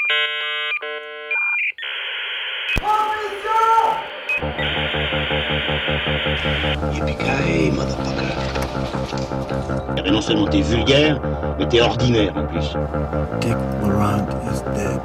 Yippee-ki-yay, motherfucker. Et non seulement t'es vulgaire, mais t'es ordinaire en plus. Dick Laurent is dead.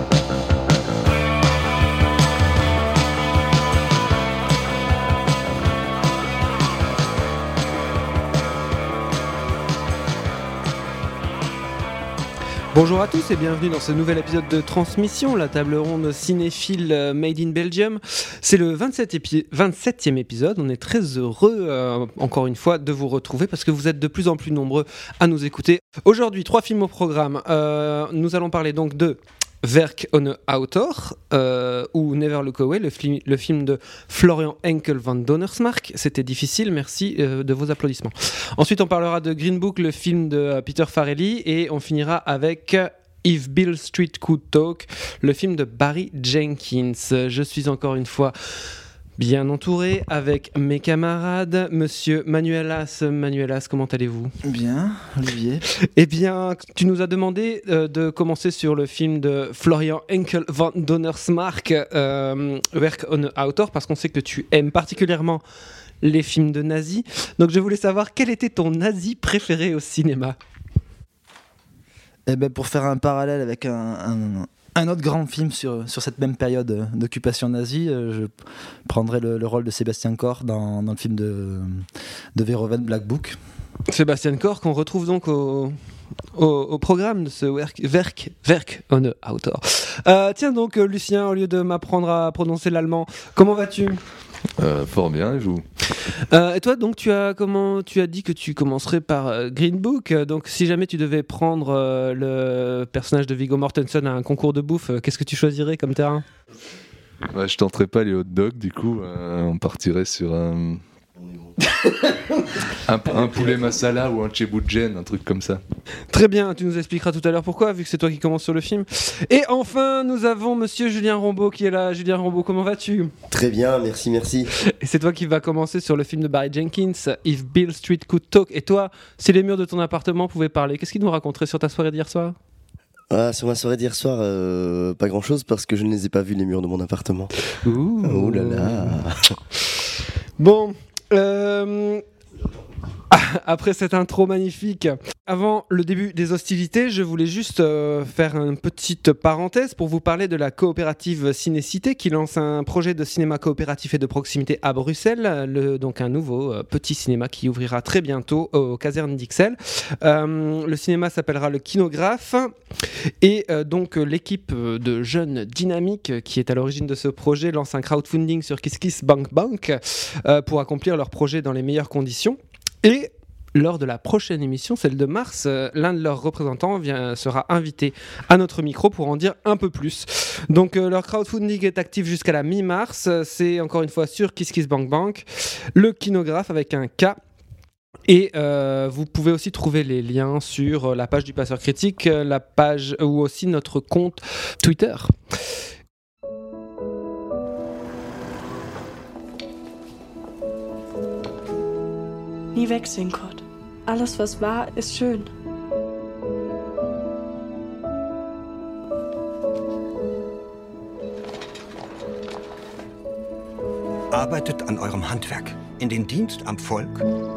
Bonjour à tous et bienvenue dans ce nouvel épisode de Transmission, la table ronde cinéphile Made in Belgium. C'est le 27e épisode, on est très heureux encore une fois de vous retrouver parce que vous êtes de plus en plus nombreux à nous écouter. Aujourd'hui, 3 films au programme, nous allons parler donc de Werk ohne Autor ou Never Look Away, le film de Florian Henkel van Donnersmarck. C'était difficile, merci de vos applaudissements. Ensuite, on parlera de Green Book, le film de Peter Farrelly, et on finira avec If Beale Street Could Talk, le film de Barry Jenkins. Je suis encore une fois bien entouré avec mes camarades. Monsieur Manuelas, comment allez-vous ? Bien, Olivier. Eh bien, tu nous as demandé de commencer sur le film de Florian Henkel van Donnersmarck, Werk ohne Autor, parce qu'on sait que tu aimes particulièrement les films de nazis. Donc je voulais savoir quel était ton nazi préféré au cinéma ? Eh ben, pour faire un parallèle avec un autre grand film sur cette même période d'occupation nazie, je prendrais le rôle de Sébastien Korn dans le film de Verhoeven, Black Book. Sébastien Korn, qu'on retrouve donc au programme de ce Werk ohne Autor. Tiens donc, Lucien, au lieu de m'apprendre à prononcer l'allemand, comment vas-tu ? Fort bien, et vous ? Et toi, donc, tu as dit que tu commencerais par Green Book. Donc, si jamais tu devais prendre le personnage de Viggo Mortensen à un concours de bouffe, qu'est-ce que tu choisirais comme terrain ? Je tenterais pas les hot dogs, du coup, on partirait sur un poulet masala ou un tchéboujen, un truc comme ça. Très bien, tu nous expliqueras tout à l'heure pourquoi, vu que c'est toi qui commences sur le film. Et enfin, nous avons monsieur Julien Rombaud qui est là. Julien Rombaud, comment vas-tu ? Très bien, merci. Et c'est toi qui vas commencer sur le film de Barry Jenkins, If Beale Street Could Talk. Et toi, si les murs de ton appartement pouvaient parler, qu'est-ce qu'ils nous raconteraient sur ta soirée d'hier soir ? Sur ma soirée d'hier soir, pas grand-chose parce que je ne les ai pas vus, les murs de mon appartement. Ouh. Oh là là. Bon, après cette intro magnifique, avant le début des hostilités, je voulais juste faire une petite parenthèse pour vous parler de la coopérative Ciné-Cité qui lance un projet de cinéma coopératif et de proximité à Bruxelles, donc un nouveau petit cinéma qui ouvrira très bientôt aux casernes d'Ixelles. Le cinéma s'appellera le Kinographe et donc l'équipe de jeunes dynamiques qui est à l'origine de ce projet lance un crowdfunding sur KissKissBankBank pour accomplir leur projet dans les meilleures conditions. Et lors de la prochaine émission, celle de mars, l'un de leurs représentants sera invité à notre micro pour en dire un peu plus. Donc leur crowdfunding est actif jusqu'à la mi-mars. C'est encore une fois sur KissKissBankBank, le Kinographe avec un K. Et vous pouvez aussi trouver les liens sur la page du Passeur Critique, la page ou aussi notre compte Twitter. Nie wegsehen, Kurt. Alles, was war, ist schön. Arbeitet an eurem Handwerk, in den Dienst am Volk.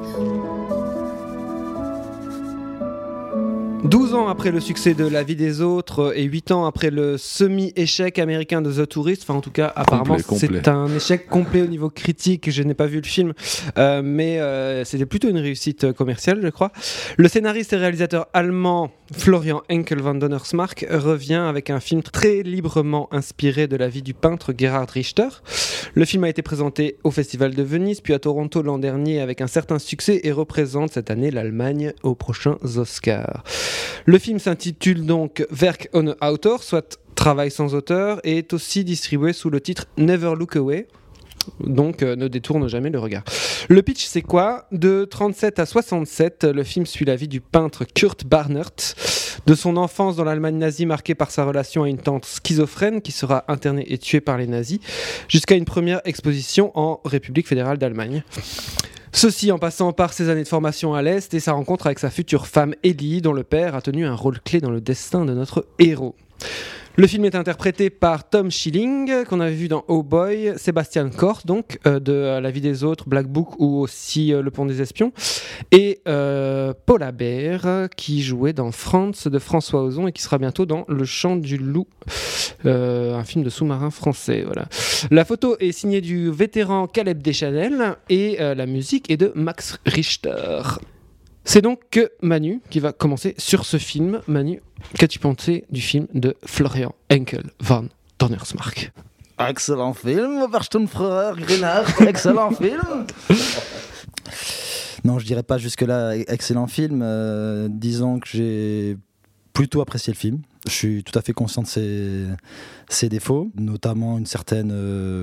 12 ans après le succès de La vie des autres et 8 ans après le semi-échec américain de The Tourist, enfin en tout cas apparemment c'est un échec complet au niveau critique, je n'ai pas vu le film mais c'était plutôt une réussite commerciale je crois. Le scénariste et réalisateur allemand Florian Henkel van Donnersmarck revient avec un film très librement inspiré de la vie du peintre Gerhard Richter. Le film a été présenté au Festival de Venise puis à Toronto l'an dernier avec un certain succès et représente cette année l'Allemagne aux prochains Oscars. Le film s'intitule donc Werk ohne Autor, soit Travail sans auteur, et est aussi distribué sous le titre Never Look Away, donc ne détourne jamais le regard. Le pitch c'est quoi ? De 37 à 67, le film suit la vie du peintre Kurt Barnert, de son enfance dans l'Allemagne nazie marquée par sa relation à une tante schizophrène qui sera internée et tuée par les nazis, jusqu'à une première exposition en République fédérale d'Allemagne. Ceci en passant par ses années de formation à l'Est et sa rencontre avec sa future femme Ellie, dont le père a tenu un rôle clé dans le destin de notre héros. Le film est interprété par Tom Schilling, qu'on avait vu dans Oh Boy, Sébastien Corse, donc, de La vie des autres, Black Book ou aussi Le pont des espions, et Paul Habert, qui jouait dans France de François Ozon et qui sera bientôt dans Le chant du loup, un film de sous-marin français. Voilà. La photo est signée du vétéran Caleb Deschanel et la musique est de Max Richter. C'est donc Manu qui va commencer sur ce film. Manu, qu'as-tu pensé du film de Florian Henkel van Donnersmarck ? Excellent film, Versteinfreur, Greenhardt, excellent film. Non, je dirais pas jusque-là excellent film. Disons que j'ai plutôt apprécié le film. Je suis tout à fait conscient de ses défauts, notamment une certaine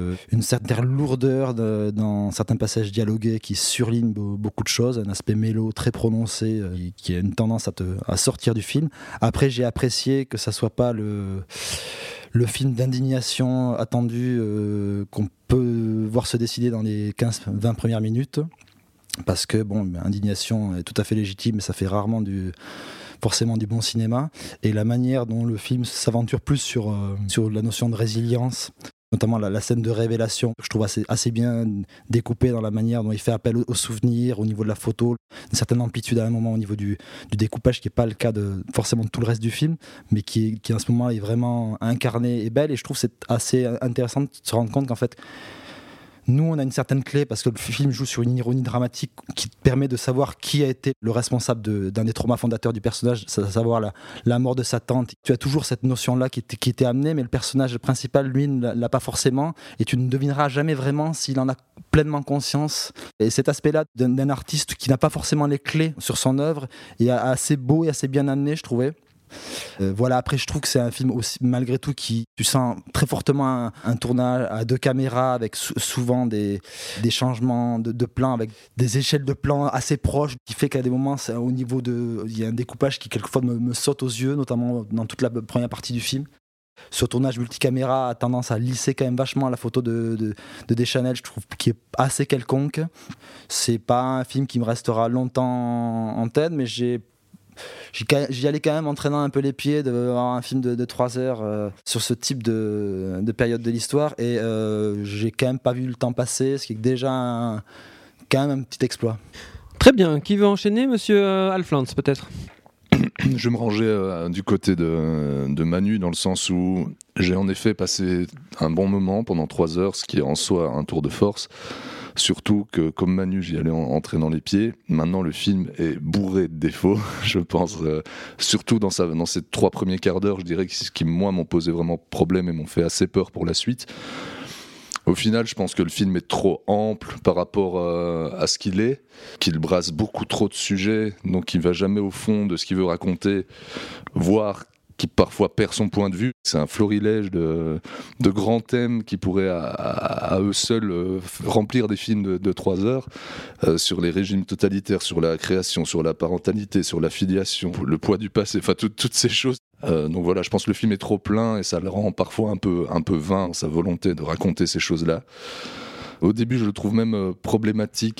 lourdeur dans certains passages dialogués qui surlignent beaucoup de choses, un aspect mélo très prononcé qui a une tendance à sortir du film. Après, j'ai apprécié que ça soit pas le film d'indignation attendu qu'on peut voir se décider dans les 15-20 premières minutes, parce que indignation est tout à fait légitime, mais ça fait rarement forcément du bon cinéma, et la manière dont le film s'aventure plus sur la notion de résilience, notamment la scène de révélation, que je trouve assez bien découpée dans la manière dont il fait appel aux souvenirs, au niveau de la photo, une certaine amplitude à un moment au niveau du découpage, qui n'est pas le cas forcément de tout le reste du film, mais qui en ce moment est vraiment incarné et belle, et je trouve que c'est assez intéressant de se rendre compte qu'en fait, nous, on a une certaine clé parce que le film joue sur une ironie dramatique qui permet de savoir qui a été le responsable d'un des traumas fondateurs du personnage, à savoir la mort de sa tante. Tu as toujours cette notion-là qui était amenée, mais le personnage principal, lui, ne l'a pas forcément, et tu ne devineras jamais vraiment s'il en a pleinement conscience. Et cet aspect-là d'un artiste qui n'a pas forcément les clés sur son œuvre est assez beau et assez bien amené, je trouvais. Voilà, après je trouve que c'est un film aussi, malgré tout, qui tu sens très fortement un tournage à 2 caméras avec souvent des changements de plan, avec des échelles de plan assez proches, qui fait qu'à des moments au niveau il y a un découpage qui quelquefois me saute aux yeux, notamment dans toute la première partie du film. Ce tournage multicaméra a tendance à lisser quand même vachement la photo de Deschanel, je trouve, qui est assez quelconque. C'est pas un film qui me restera longtemps en tête, mais j'y allais quand même en traînant un peu les pieds de voir un film de 3 heures sur ce type de période de l'histoire, et j'ai quand même pas vu le temps passer, ce qui est déjà quand même un petit exploit. Très bien, qui veut enchaîner, monsieur Alflands, peut-être ? Je vais me ranger du côté de Manu, dans le sens où j'ai en effet passé un bon moment pendant 3 heures, ce qui est en soi un tour de force. Surtout que, comme Manu, j'y allais en traînant les pieds. Maintenant, le film est bourré de défauts, je pense. Surtout dans ces 3 premiers quarts d'heure, je dirais que c'est ce qui, moi, m'ont posé vraiment problème et m'ont fait assez peur pour la suite. Au final, je pense que le film est trop ample par rapport à ce qu'il est, qu'il brasse beaucoup trop de sujets, donc il ne va jamais au fond de ce qu'il veut raconter, voire qui parfois perd son point de vue. C'est un florilège de grands thèmes qui pourraient à eux seuls remplir des films de 3 heures, sur les régimes totalitaires, sur la création, sur la parentalité, sur la filiation, le poids du passé, enfin toutes ces choses. Donc voilà, je pense que le film est trop plein et ça le rend parfois un peu vain, sa volonté de raconter ces choses-là. Au début, je le trouve même problématique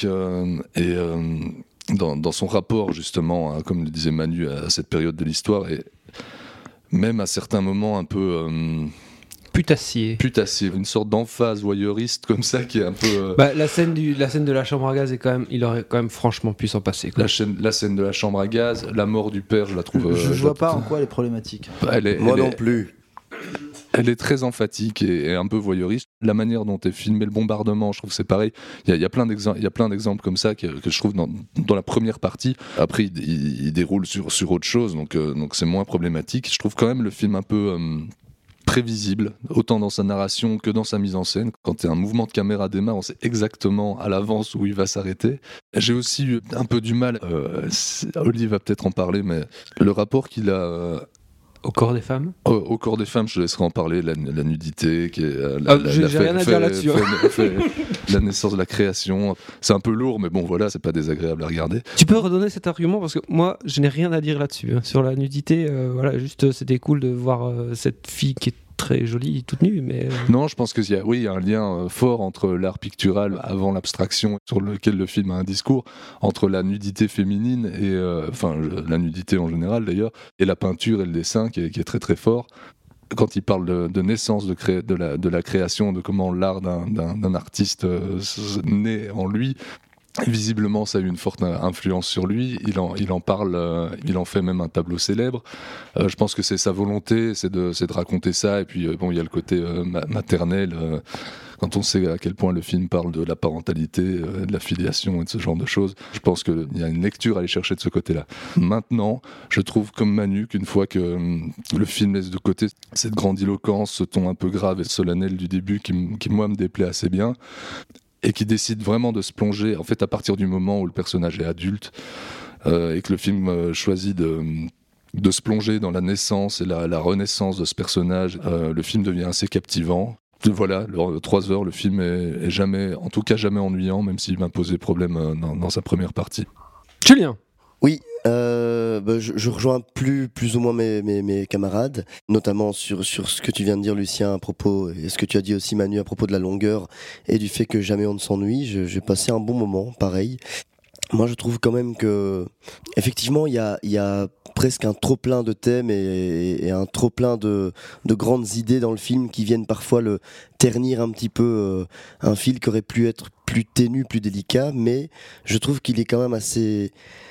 dans son rapport justement, comme le disait Manu, à cette période de l'histoire, et même à certains moments un peu putassier, une sorte d'emphase voyeuriste comme ça qui est un peu la scène de la chambre à gaz est quand même, il aurait quand même franchement pu s'en passer, quoi. La scène de la chambre à gaz, la mort du père, je la trouve je vois pas en quoi elle est problématique. Moi non plus. Elle est très emphatique et un peu voyeuriste. La manière dont est filmé le bombardement, je trouve que c'est pareil. Il y a plein d'exemples comme ça que je trouve dans la première partie. Après, il déroule sur autre chose, donc c'est moins problématique. Je trouve quand même le film un peu prévisible, autant dans sa narration que dans sa mise en scène. Quand un mouvement de caméra démarre, on sait exactement à l'avance où il va s'arrêter. J'ai aussi eu un peu du mal, Olivier va peut-être en parler, mais le rapport qu'il a au corps des femmes. Au corps des femmes, je te laisserai en parler. La nudité, qui est j'ai rien à dire là-dessus. La naissance de la création, c'est un peu lourd, mais bon, voilà, c'est pas désagréable à regarder. Tu peux redonner cet argument, parce que moi, je n'ai rien à dire là-dessus. Sur la nudité, voilà, juste c'était cool de voir cette fille qui est très jolie, toute nue, mais... Non, je pense qu'il y a un lien fort entre l'art pictural avant l'abstraction, sur lequel le film a un discours, entre la nudité féminine et la nudité en général d'ailleurs, et la peinture et le dessin qui est très très fort. quand il parle de naissance, de la création, de comment l'art d'un artiste naît en lui, visiblement ça a eu une forte influence sur lui, il en parle, il en fait même un tableau célèbre. Je pense que c'est sa volonté, c'est de raconter ça, et puis bon, il y a le côté maternel, quand on sait à quel point le film parle de la parentalité, de la filiation et de ce genre de choses. Je pense qu'il y a une lecture à aller chercher de ce côté-là. Maintenant, je trouve comme Manu qu'une fois que le film laisse de côté cette grandiloquence, ce ton un peu grave et solennel du début qui moi me déplaît assez bien, et qui décide vraiment de se plonger, en fait, à partir du moment où le personnage est adulte, et que le film choisit de se plonger dans la naissance et la renaissance de ce personnage, le film devient assez captivant. Voilà, 3 heures, le film est jamais, en tout cas jamais ennuyant, même s'il m'a posé problème dans sa première partie. Julien. Oui, je rejoins plus ou moins mes camarades, notamment sur ce que tu viens de dire, Lucien, à propos, et ce que tu as dit aussi, Manu, à propos de la longueur et du fait que jamais on ne s'ennuie. J'ai passé un bon moment, pareil. Moi, je trouve quand même que, effectivement, il y a presque un trop-plein de thèmes et un trop-plein de grandes idées dans le film qui viennent parfois le ternir un petit peu, un fil qui aurait pu être plus ténu, plus délicat, mais je trouve qu'il est quand même assez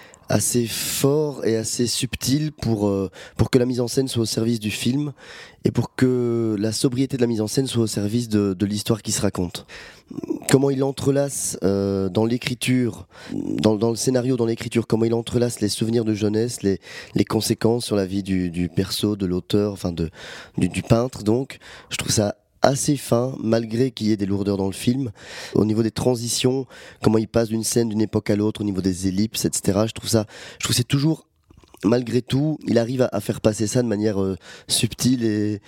fort et assez subtil pour que la mise en scène soit au service du film et pour que la sobriété de la mise en scène soit au service de l'histoire qui se raconte. Comment il entrelace dans l'écriture, dans le scénario, dans l'écriture, comment il entrelace les souvenirs de jeunesse, les conséquences sur la vie du perso, de l'auteur, enfin du peintre. Donc, je trouve ça assez fin, malgré qu'il y ait des lourdeurs dans le film. Au niveau des transitions, comment il passe d'une scène d'une époque à l'autre, au niveau des ellipses, etc. Je trouve c'est toujours, malgré tout, il arrive à faire passer ça de manière subtile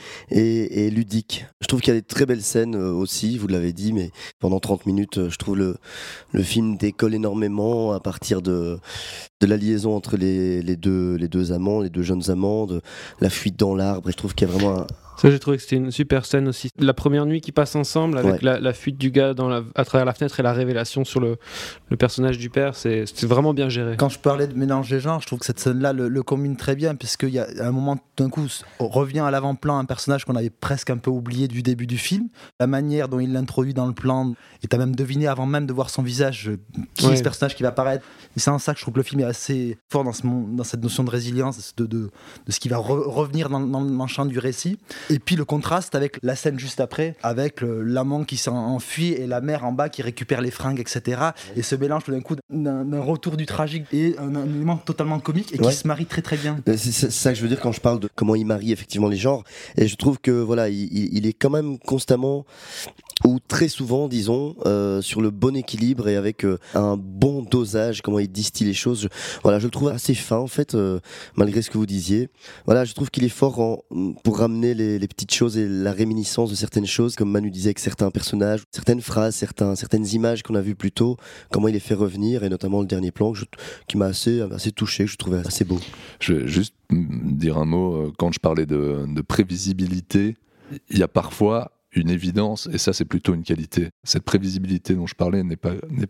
et ludique. Je trouve qu'il y a des très belles scènes aussi, vous l'avez dit, mais pendant 30 minutes, je trouve le film décolle énormément à partir de la liaison entre les deux amants, les deux jeunes amants, de la fuite dans l'arbre, et je trouve qu'il y a vraiment Ça, j'ai trouvé que c'était une super scène aussi. La première nuit qui passe ensemble, avec la fuite du gars à travers la fenêtre et la révélation sur le personnage du père, c'est vraiment bien géré. Quand je parlais de mélange des genres, je trouve que cette scène-là le combine très bien, puisqu'il y a un moment, d'un coup, revient à l'avant-plan un personnage qu'on avait presque un peu oublié du début du film. La manière dont il l'introduit dans le plan, et t'as même deviné avant même de voir son visage qui est ce personnage qui va apparaître. Et c'est en ça que je trouve que le film est assez fort dans cette notion de résilience, de ce qui va revenir dans le champ du récit. Et puis le contraste avec la scène juste après, avec l'amant qui s'enfuit et la mère en bas qui récupère les fringues, etc. Et ce mélange tout d'un coup d'un retour du tragique et un élément totalement comique et qui se marie très très bien. C'est ça que je veux dire quand je parle de comment il marie effectivement les genres. Et je trouve que voilà, il est quand même constamment, ou très souvent disons, sur le bon équilibre et avec un bon dosage, comment il distille les choses. Je le trouve assez fin en fait, malgré ce que vous disiez. Voilà, je trouve qu'il est fort pour ramener les petites choses et la réminiscence de certaines choses, comme Manu disait, avec certains personnages, certaines phrases, certaines images qu'on a vues plus tôt, comment il les fait revenir, et notamment le dernier plan qui m'a assez touché, que je trouvais assez beau. Je vais juste dire un mot, quand je parlais de prévisibilité, il y a parfois une évidence, et ça c'est plutôt une qualité. Cette prévisibilité dont je parlais n'est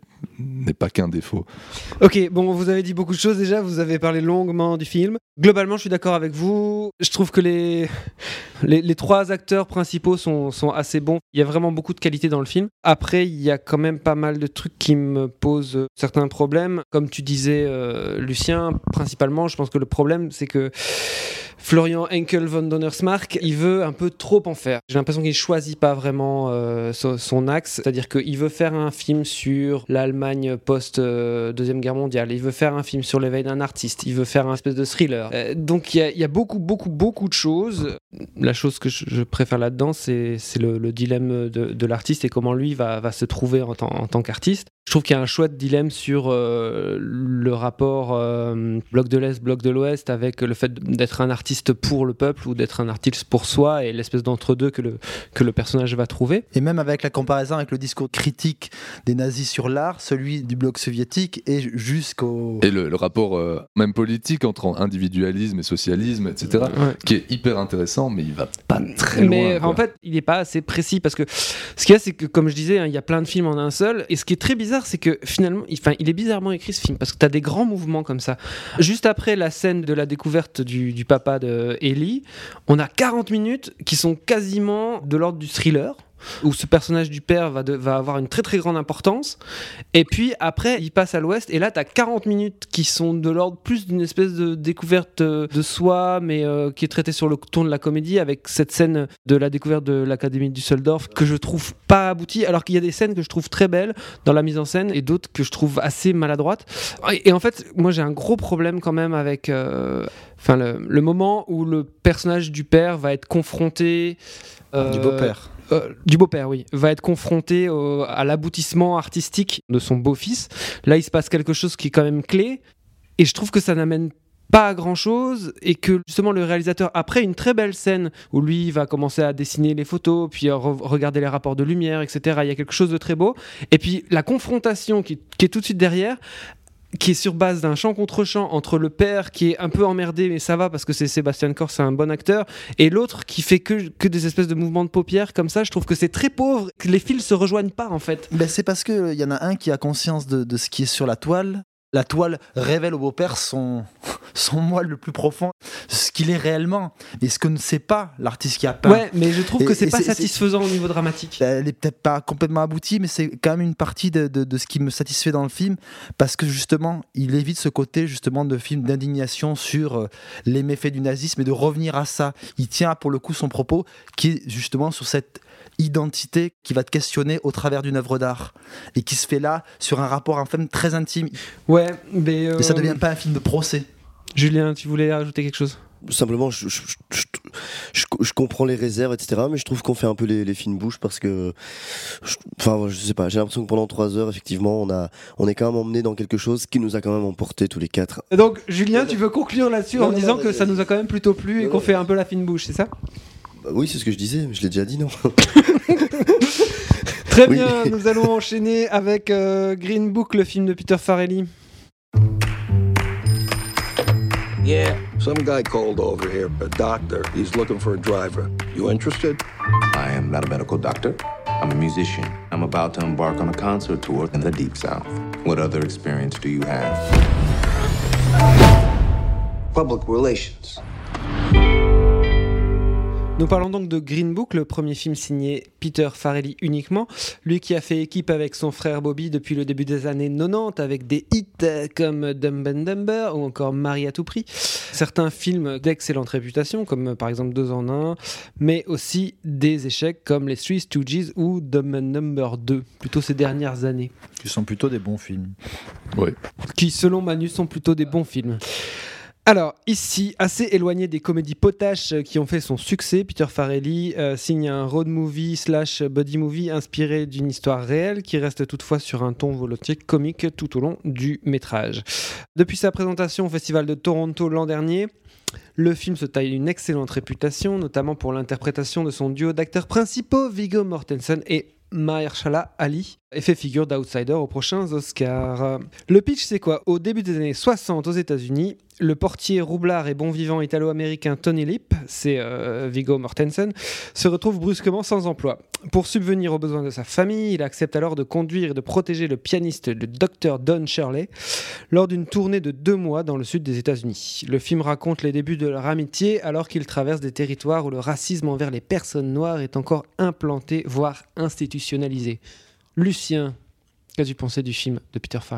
pas qu'un défaut. Ok, bon, vous avez dit beaucoup de choses déjà, vous avez parlé longuement du film. Globalement, je suis d'accord avec vous. Je trouve que les trois acteurs principaux sont assez bons. Il y a vraiment beaucoup de qualité dans le film. Après, il y a quand même pas mal de trucs qui me posent certains problèmes. Comme tu disais, Lucien, principalement, je pense que le problème, c'est que Florian Henkel von Donnersmarck, il veut un peu trop en faire. J'ai l'impression qu'il ne choisit pas vraiment son axe. C'est-à-dire qu'il veut faire un film sur l'Allemagne post-Deuxième Guerre mondiale. Il veut faire un film sur l'éveil d'un artiste. Il veut faire un espèce de thriller. Donc il y a beaucoup de choses. La chose que je préfère là-dedans, c'est le dilemme de l'artiste et comment lui va se trouver en tant qu'artiste. Je trouve qu'il y a un chouette dilemme sur le rapport bloc de l'Est, bloc de l'Ouest, avec le fait d'être un artiste pour le peuple ou d'être un artiste pour soi, et l'espèce d'entre-deux que le personnage va trouver. Et même avec la comparaison avec le discours critique des nazis sur l'art, celui du bloc soviétique, et jusqu'au... Et le rapport même politique entre individualisme et socialisme, etc., qui est hyper intéressant, mais il va pas très loin. Mais en fait, il n'est pas assez précis, parce que ce qu'il y a, c'est que, comme je disais, il y a plein de films en un seul, et ce qui est très bizarre, c'est que finalement, il est bizarrement écrit ce film, parce que tu as des grands mouvements comme ça. Juste après la scène de la découverte du papa Conrad Ellie, on a 40 minutes qui sont quasiment de l'ordre du thriller, où ce personnage du père va avoir une très très grande importance, et puis après il passe à l'ouest, et là t'as 40 minutes qui sont de l'ordre plus d'une espèce de découverte de soi, mais qui est traitée sur le ton de la comédie, avec cette scène de la découverte de l'Académie Düsseldorf que je trouve pas aboutie, alors qu'il y a des scènes que je trouve très belles dans la mise en scène, et d'autres que je trouve assez maladroites. Et en fait, moi j'ai un gros problème quand même avec le moment où le personnage du père va être confronté du beau-père. Du beau-père, oui, va être confronté à l'aboutissement artistique de son beau-fils. Là, il se passe quelque chose qui est quand même clé, et je trouve que ça n'amène pas à grand-chose, et que justement le réalisateur, après une très belle scène où lui va commencer à dessiner les photos, puis regarder les rapports de lumière, etc., il y a quelque chose de très beau, et puis la confrontation qui est tout de suite derrière, qui est sur base d'un chant contre chant entre le père qui est un peu emmerdé, mais ça va parce que c'est Sébastien Corr, c'est un bon acteur, et l'autre qui fait que des espèces de mouvements de paupières comme ça. Je trouve que c'est très pauvre, que les fils se rejoignent pas en fait. C'est parce qu'il y en a un qui a conscience de ce qui est sur la toile. La toile révèle au beau-père son moi le plus profond, ce qu'il est réellement, et ce que ne sait pas l'artiste qui a peint. Ouais, mais je trouve que c'est pas satisfaisant au niveau dramatique. Elle est peut-être pas complètement aboutie, mais c'est quand même une partie de ce qui me satisfait dans le film, parce que justement, il évite ce côté justement de film d'indignation sur les méfaits du nazisme, et de revenir à ça. Il tient pour le coup son propos, qui est justement sur cette identité qui va te questionner au travers d'une œuvre d'art, et qui se fait là sur un rapport en fait très intime. Ouais, mais et ça devient pas un film de procès. Julien, tu voulais ajouter quelque chose ? Simplement, je comprends les réserves, etc., mais je trouve qu'on fait un peu les fines bouches, parce que je sais pas, j'ai l'impression que pendant 3 heures, effectivement, on est quand même emmené dans quelque chose qui nous a quand même emporté tous les 4. Et donc Julien, tu veux conclure là-dessus en disant que ça nous a quand même plutôt plu, et qu'on fait un peu la fine bouche, c'est ça ? Bah oui, c'est ce que je disais, je l'ai déjà dit, non? Très bien, oui. Nous allons enchaîner avec Green Book, le film de Peter Farrelly. Yeah, some guy called over here, a doctor. He's looking for a driver. You interested? I am not a medical doctor. I'm a musician. I'm about to embark on a concert tour in the Deep South. What other experience do you have? Public relations. Nous parlons donc de Green Book, le premier film signé Peter Farrelly uniquement, lui qui a fait équipe avec son frère Bobby depuis le début des années 90 avec des hits comme Dumb and Dumber ou encore Marie à tout prix. Certains films d'excellente réputation comme par exemple 2 en 1, mais aussi des échecs comme les Three Stooges ou Dumb and Dumber 2, plutôt ces dernières années. Qui sont plutôt des bons films. Oui. Qui selon Manu sont plutôt des bons films. Alors, ici, assez éloigné des comédies potaches qui ont fait son succès, Peter Farrelly signe un road movie / buddy movie inspiré d'une histoire réelle qui reste toutefois sur un ton volontiers comique tout au long du métrage. Depuis sa présentation au Festival de Toronto l'an dernier, le film se taille une excellente réputation, notamment pour l'interprétation de son duo d'acteurs principaux, Viggo Mortensen et Mahershala Ali, et fait figure d'outsider aux prochains Oscars. Le pitch, c'est quoi ? Au début des années 60 aux États-Unis, le portier roublard et bon vivant italo-américain Tony Lip, c'est Viggo Mortensen, se retrouve brusquement sans emploi. Pour subvenir aux besoins de sa famille, il accepte alors de conduire et de protéger le pianiste, le Dr. Don Shirley, lors d'une tournée de 2 mois dans le sud des États-Unis. Le film raconte les débuts de leur amitié alors qu'ils traversent des territoires où le racisme envers les personnes noires est encore implanté, voire institutionnalisé. Lucien, qu'as-tu pensé du film de Peter Farrelly ?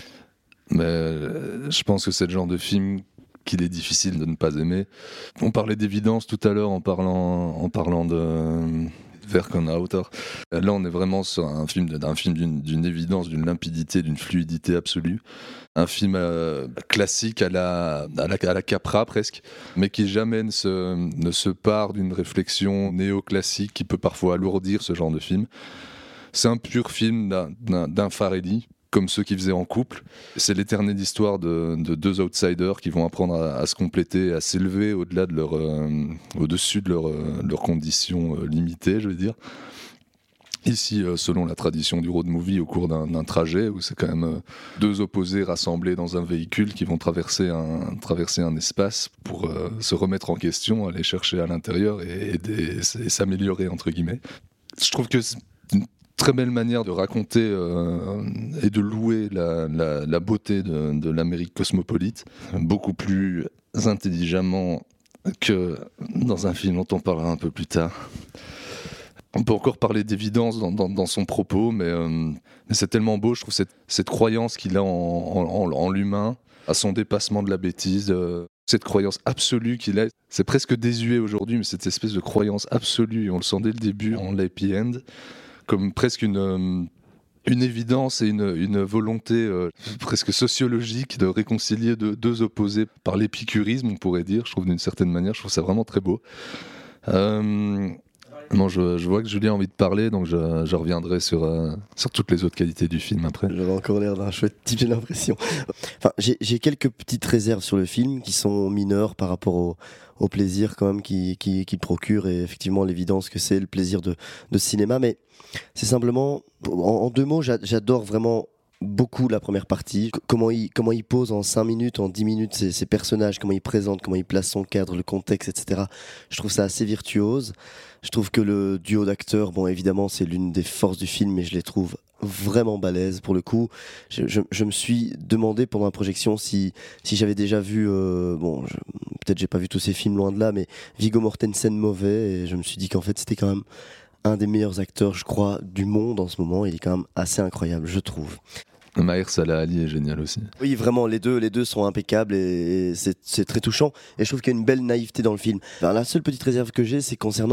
Je pense que c'est le genre de film qu'il est difficile de ne pas aimer. On parlait d'évidence tout à l'heure en parlant de Verkenhauter. Là, on est vraiment sur un film d'une évidence, d'une limpidité, d'une fluidité absolue. Un film classique à la Capra presque, mais qui jamais ne se part d'une réflexion néoclassique qui peut parfois alourdir ce genre de film. C'est un pur film d'un Farrelly, comme ceux qui faisaient en couple. C'est l'éternelle histoire de 2 outsiders qui vont apprendre à se compléter, à s'élever au-delà de au-dessus de leurs conditions limitées, je veux dire. Ici, selon la tradition du road movie, au cours d'un trajet, où c'est quand même 2 opposés rassemblés dans un véhicule qui vont traverser un espace pour se remettre en question, aller chercher à l'intérieur et s'améliorer, entre guillemets. Je trouve que c'est une très belle manière de raconter et de louer la beauté de l'Amérique cosmopolite, beaucoup plus intelligemment que dans un film dont on parlera un peu plus tard. On peut encore parler d'évidence dans son propos, mais c'est tellement beau, je trouve, cette croyance qu'il a en l'humain, à son dépassement de la bêtise, cette croyance absolue qu'il a. C'est presque désuet aujourd'hui, mais cette espèce de croyance absolue, on le sent dès le début, en l'happy end, comme presque une évidence et une volonté presque sociologique de réconcilier deux opposés par l'épicurisme, on pourrait dire, je trouve d'une certaine manière, je trouve ça vraiment très beau. Bon, je vois que Julien a envie de parler, donc je reviendrai sur toutes les autres qualités du film après. J'avais encore l'air d'un chouette type, j'ai l'impression. Enfin, j'ai quelques petites réserves sur le film qui sont mineures par rapport au plaisir quand même qu'il procure, et effectivement l'évidence que c'est le plaisir de cinéma, mais c'est simplement, en 2 mots, j'adore vraiment beaucoup la première partie, comment il pose en 5 minutes, en 10 minutes ses personnages, comment il présente, comment il place son cadre, le contexte, etc. Je trouve ça assez virtuose. Je trouve que le duo d'acteurs, bon évidemment c'est l'une des forces du film, mais je les trouve vraiment balèzes pour le coup. Je me suis demandé pendant la projection si j'avais déjà vu, peut-être j'ai pas vu tous ces films, loin de là, mais Viggo Mortensen mauvais, et je me suis dit qu'en fait c'était quand même un des meilleurs acteurs, je crois, du monde en ce moment. Il est quand même assez incroyable, je trouve. Mahershala Ali est génial aussi. Oui, vraiment, les deux sont impeccables, et c'est très touchant. Et je trouve qu'il y a une belle naïveté dans le film. Enfin, la seule petite réserve que j'ai l'impression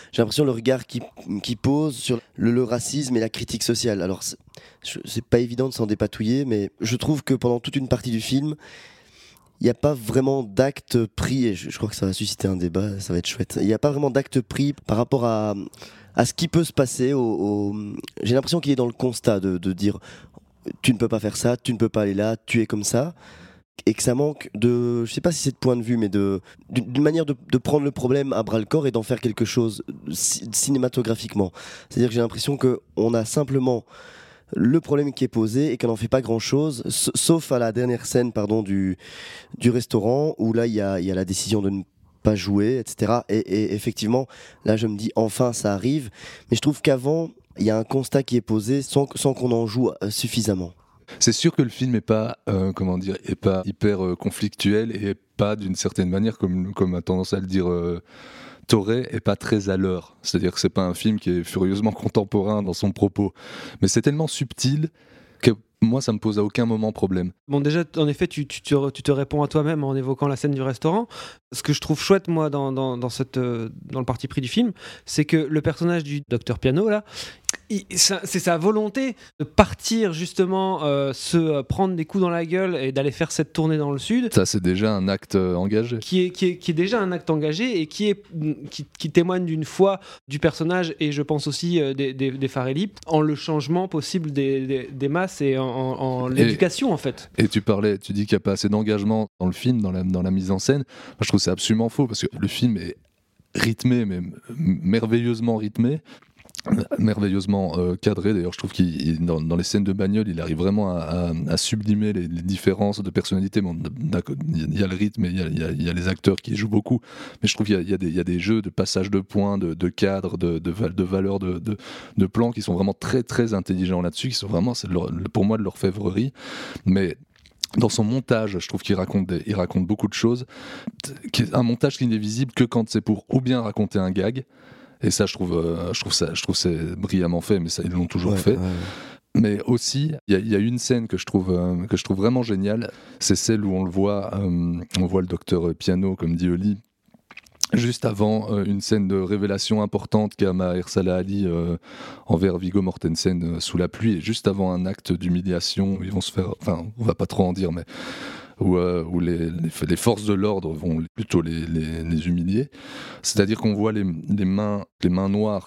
le regard qui pose sur le racisme et la critique sociale. Alors, c'est pas évident de s'en dépatouiller, mais je trouve que pendant toute une partie du film, il n'y a pas vraiment d'acte pris, et je crois que ça va susciter un débat, ça va être chouette. Il n'y a pas vraiment d'acte pris par rapport à ce qui peut se passer. J'ai l'impression qu'il est dans le constat de dire tu ne peux pas faire ça, tu ne peux pas aller là, tu es comme ça, et que ça manque de, je sais pas si c'est de point de vue, mais d'une manière de prendre le problème à bras le corps et d'en faire quelque chose cinématographiquement. C'est-à-dire que j'ai l'impression qu'on a simplement le problème qui est posé et qu'on n'en fait pas grand-chose, sauf à la dernière scène du restaurant, où là il y a la décision de ne pas jouer, etc. Et effectivement, là je me dis enfin ça arrive, mais je trouve qu'avant il y a un constat qui est posé sans qu'on en joue suffisamment. C'est sûr que le film n'est pas, est pas hyper conflictuel, et pas d'une certaine manière, comme a tendance à le dire Toré, est pas très à l'heure. C'est-à-dire que c'est pas un film qui est furieusement contemporain dans son propos, mais c'est tellement subtil que moi, ça me pose à aucun moment problème. Bon, déjà, en effet, tu te réponds à toi-même en évoquant la scène du restaurant. Ce que je trouve chouette, moi, dans le parti pris du film, c'est que le personnage du docteur Piano, là, c'est sa volonté de partir justement se prendre des coups dans la gueule et d'aller faire cette tournée dans le sud. Ça, c'est déjà un acte engagé. Qui est déjà un acte engagé, et qui témoigne d'une foi du personnage, et je pense aussi des Farrelly, en le changement possible des masses et en l'éducation en fait. Et tu dis qu'il n'y a pas assez d'engagement dans le film, dans la mise en scène. Moi, je trouve que c'est absolument faux, parce que le film est rythmé, mais merveilleusement rythmé, merveilleusement cadré. D'ailleurs, je trouve qu'il dans les scènes de bagnole, il arrive vraiment à sublimer les différences de personnalité. Bon, il y a le rythme, et il y a les acteurs qui jouent beaucoup, mais je trouve qu'il y a des jeux de passage de points, de cadres, de valeurs, de plans qui sont vraiment très très intelligents là-dessus, qui sont vraiment, pour moi, de l'orfèvrerie. Mais dans son montage, je trouve qu'il raconte beaucoup de choses. Un montage qui n'est visible que quand c'est pour ou bien raconter un gag. Et ça, je trouve c'est brillamment fait, mais ça, ils l'ont toujours fait. Ouais. Mais aussi, il y a une scène que je trouve vraiment géniale. C'est celle où on voit le docteur Piano, comme dit Oli, juste avant une scène de révélation importante qu'a Mahershala Ali envers Viggo Mortensen sous la pluie, et juste avant un acte d'humiliation où ils vont se faire, enfin, on va pas trop en dire, mais où les forces de l'ordre vont plutôt les humilier. C'est-à-dire qu'on voit les mains noires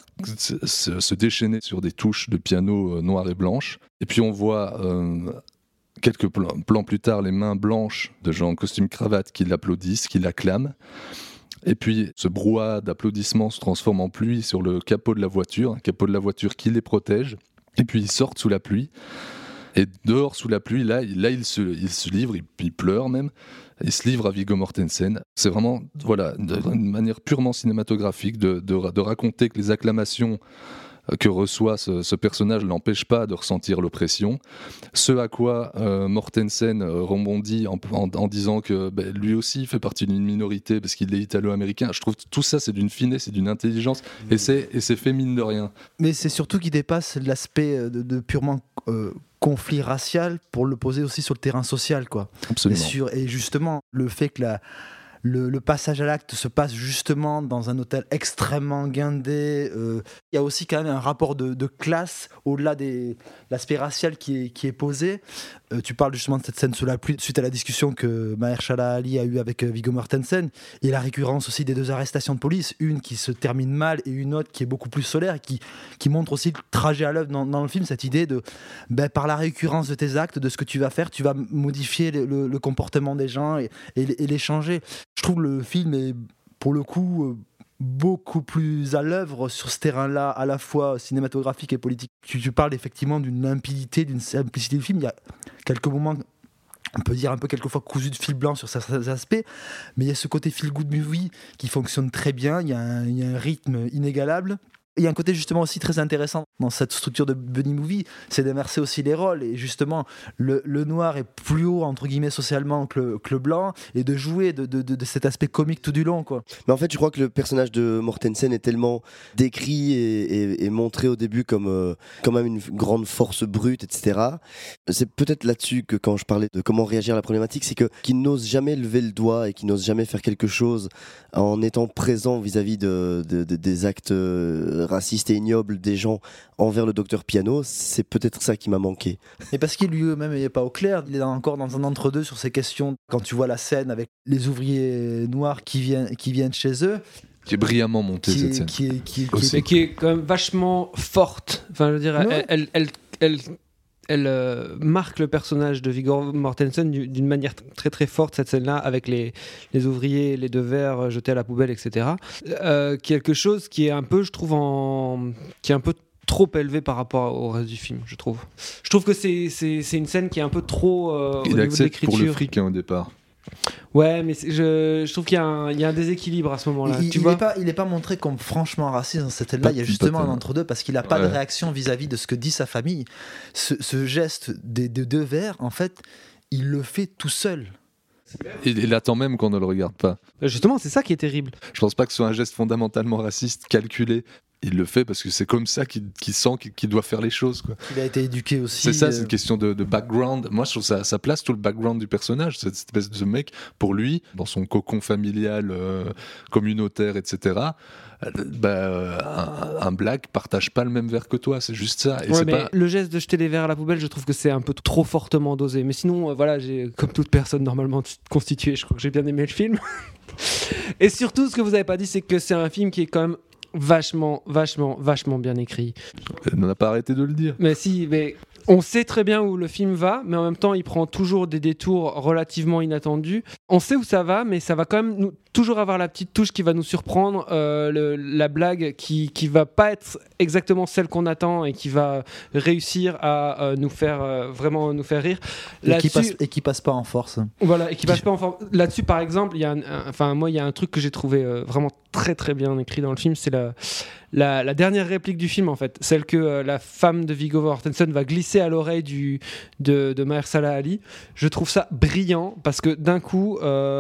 se déchaîner sur des touches de piano noires et blanches, et puis on voit quelques plans plus tard les mains blanches de gens en costume cravate qui l'applaudissent, qui l'acclament. Et puis ce brouhaha d'applaudissements se transforme en pluie sur le capot de la voiture, un capot de la voiture qui les protège, et puis ils sortent sous la pluie. Et dehors, sous la pluie, là il se livre, il pleure même, il se livre à Viggo Mortensen. C'est vraiment, voilà, une manière purement cinématographique de raconter que les acclamations que reçoit ce personnage l'empêche pas de ressentir l'oppression. Ce à quoi Mortensen rebondit en disant que lui aussi fait partie d'une minorité parce qu'il est italo-américain. Je trouve que tout ça, c'est d'une finesse, c'est d'une intelligence, et c'est fait mine de rien. Mais c'est surtout qu'il dépasse l'aspect de purement conflit racial pour le poser aussi sur le terrain social, quoi. Absolument. Et justement, le fait que le passage à l'acte se passe justement dans un hôtel extrêmement guindé. Il y a aussi quand même un rapport de classe au-delà de l'aspect racial qui est posé. Tu parles justement de cette scène sous la pluie suite à la discussion que Mahershala Ali a eue avec Viggo Mortensen, et la récurrence aussi des 2 arrestations de police, une qui se termine mal et une autre qui est beaucoup plus solaire, qui montre aussi le trajet à l'œuvre dans le film, cette idée de par la récurrence de tes actes, de ce que tu vas faire, tu vas modifier le comportement des gens et les changer. Je trouve le film est pour le coup beaucoup plus à l'œuvre sur ce terrain-là, à la fois cinématographique et politique. Tu parles effectivement d'une limpidité, d'une simplicité du film. Il y a quelques moments, on peut dire un peu quelquefois cousu de fil blanc sur certains aspects, mais il y a ce côté feel-good movie qui fonctionne très bien. Il y a un rythme inégalable. Il y a un côté justement aussi très intéressant dans cette structure de buddy movie, c'est d'inverser aussi les rôles, et justement le noir est plus haut entre guillemets socialement que le blanc, et de jouer de cet aspect comique tout du long, quoi. Mais en fait je crois que le personnage de Mortensen est tellement décrit et montré au début comme quand même une grande force brute, etc. C'est peut-être là-dessus que quand je parlais de comment réagir à la problématique, c'est qu'il n'ose jamais lever le doigt et qu'il n'ose jamais faire quelque chose en étant présent vis-à-vis des actes raciste et ignoble des gens envers le docteur Piano. C'est peut-être ça qui m'a manqué. Et parce qu'il lui-même n'est pas au clair, il est encore dans un entre-deux sur ces questions. Quand tu vois la scène avec les ouvriers noirs qui viennent chez eux, qui est brillamment montée, cette scène. Qui est quand même vachement forte. Enfin, je veux dire, elle marque le personnage de Viggo Mortensen d'une manière très très forte, cette scène-là, avec les ouvriers, les 2 verres jetés à la poubelle, etc. Quelque chose qui est un peu, je trouve, qui est un peu trop élevé par rapport au reste du film, je trouve. Je trouve que c'est une scène qui est un peu trop au niveau de l'écriture. Pour le fric au départ. Ouais, mais je trouve qu'il y a un déséquilibre à ce moment-là. Il n'est pas montré comme franchement raciste dans cette scène-là. Il y a justement un entre-deux parce qu'il n'a pas de réaction vis-à-vis de ce que dit sa famille. Ce geste des 2 verres, en fait, il le fait tout seul. Il attend même qu'on ne le regarde pas. Justement, c'est ça qui est terrible. Je pense pas que ce soit un geste fondamentalement raciste, calculé. Il le fait parce que c'est comme ça qu'il sent qu'il doit faire les choses, quoi. Il a été éduqué aussi. C'est ça, c'est une question de background. Moi, je trouve ça place tout le background du personnage, cette espèce de mec, pour lui, dans son cocon familial, communautaire, etc. Un black partage pas le même verre que toi, c'est juste ça. Et ouais, mais le geste de jeter les verres à la poubelle, je trouve que c'est un peu trop fortement dosé. Mais sinon, voilà, comme toute personne normalement constituée, je crois que j'ai bien aimé le film. Et surtout, ce que vous avez pas dit, c'est que c'est un film qui est quand même vachement bien écrit. On n'a pas arrêté de le dire. Mais si, mais on sait très bien où le film va, mais en même temps, il prend toujours des détours relativement inattendus. On sait où ça va, mais ça va quand même toujours avoir la petite touche qui va nous surprendre, la blague qui va pas être exactement celle qu'on attend et qui va réussir à nous faire vraiment nous faire rire. Et qui passe pas en force. Voilà, et qui passe pas en force. Là-dessus, par exemple, il y a un truc que j'ai trouvé vraiment très très bien écrit dans le film, c'est la dernière réplique du film, en fait, celle que la femme de Viggo Mortensen va glisser à l'oreille de Mahershala Ali. Je trouve ça brillant parce que d'un coup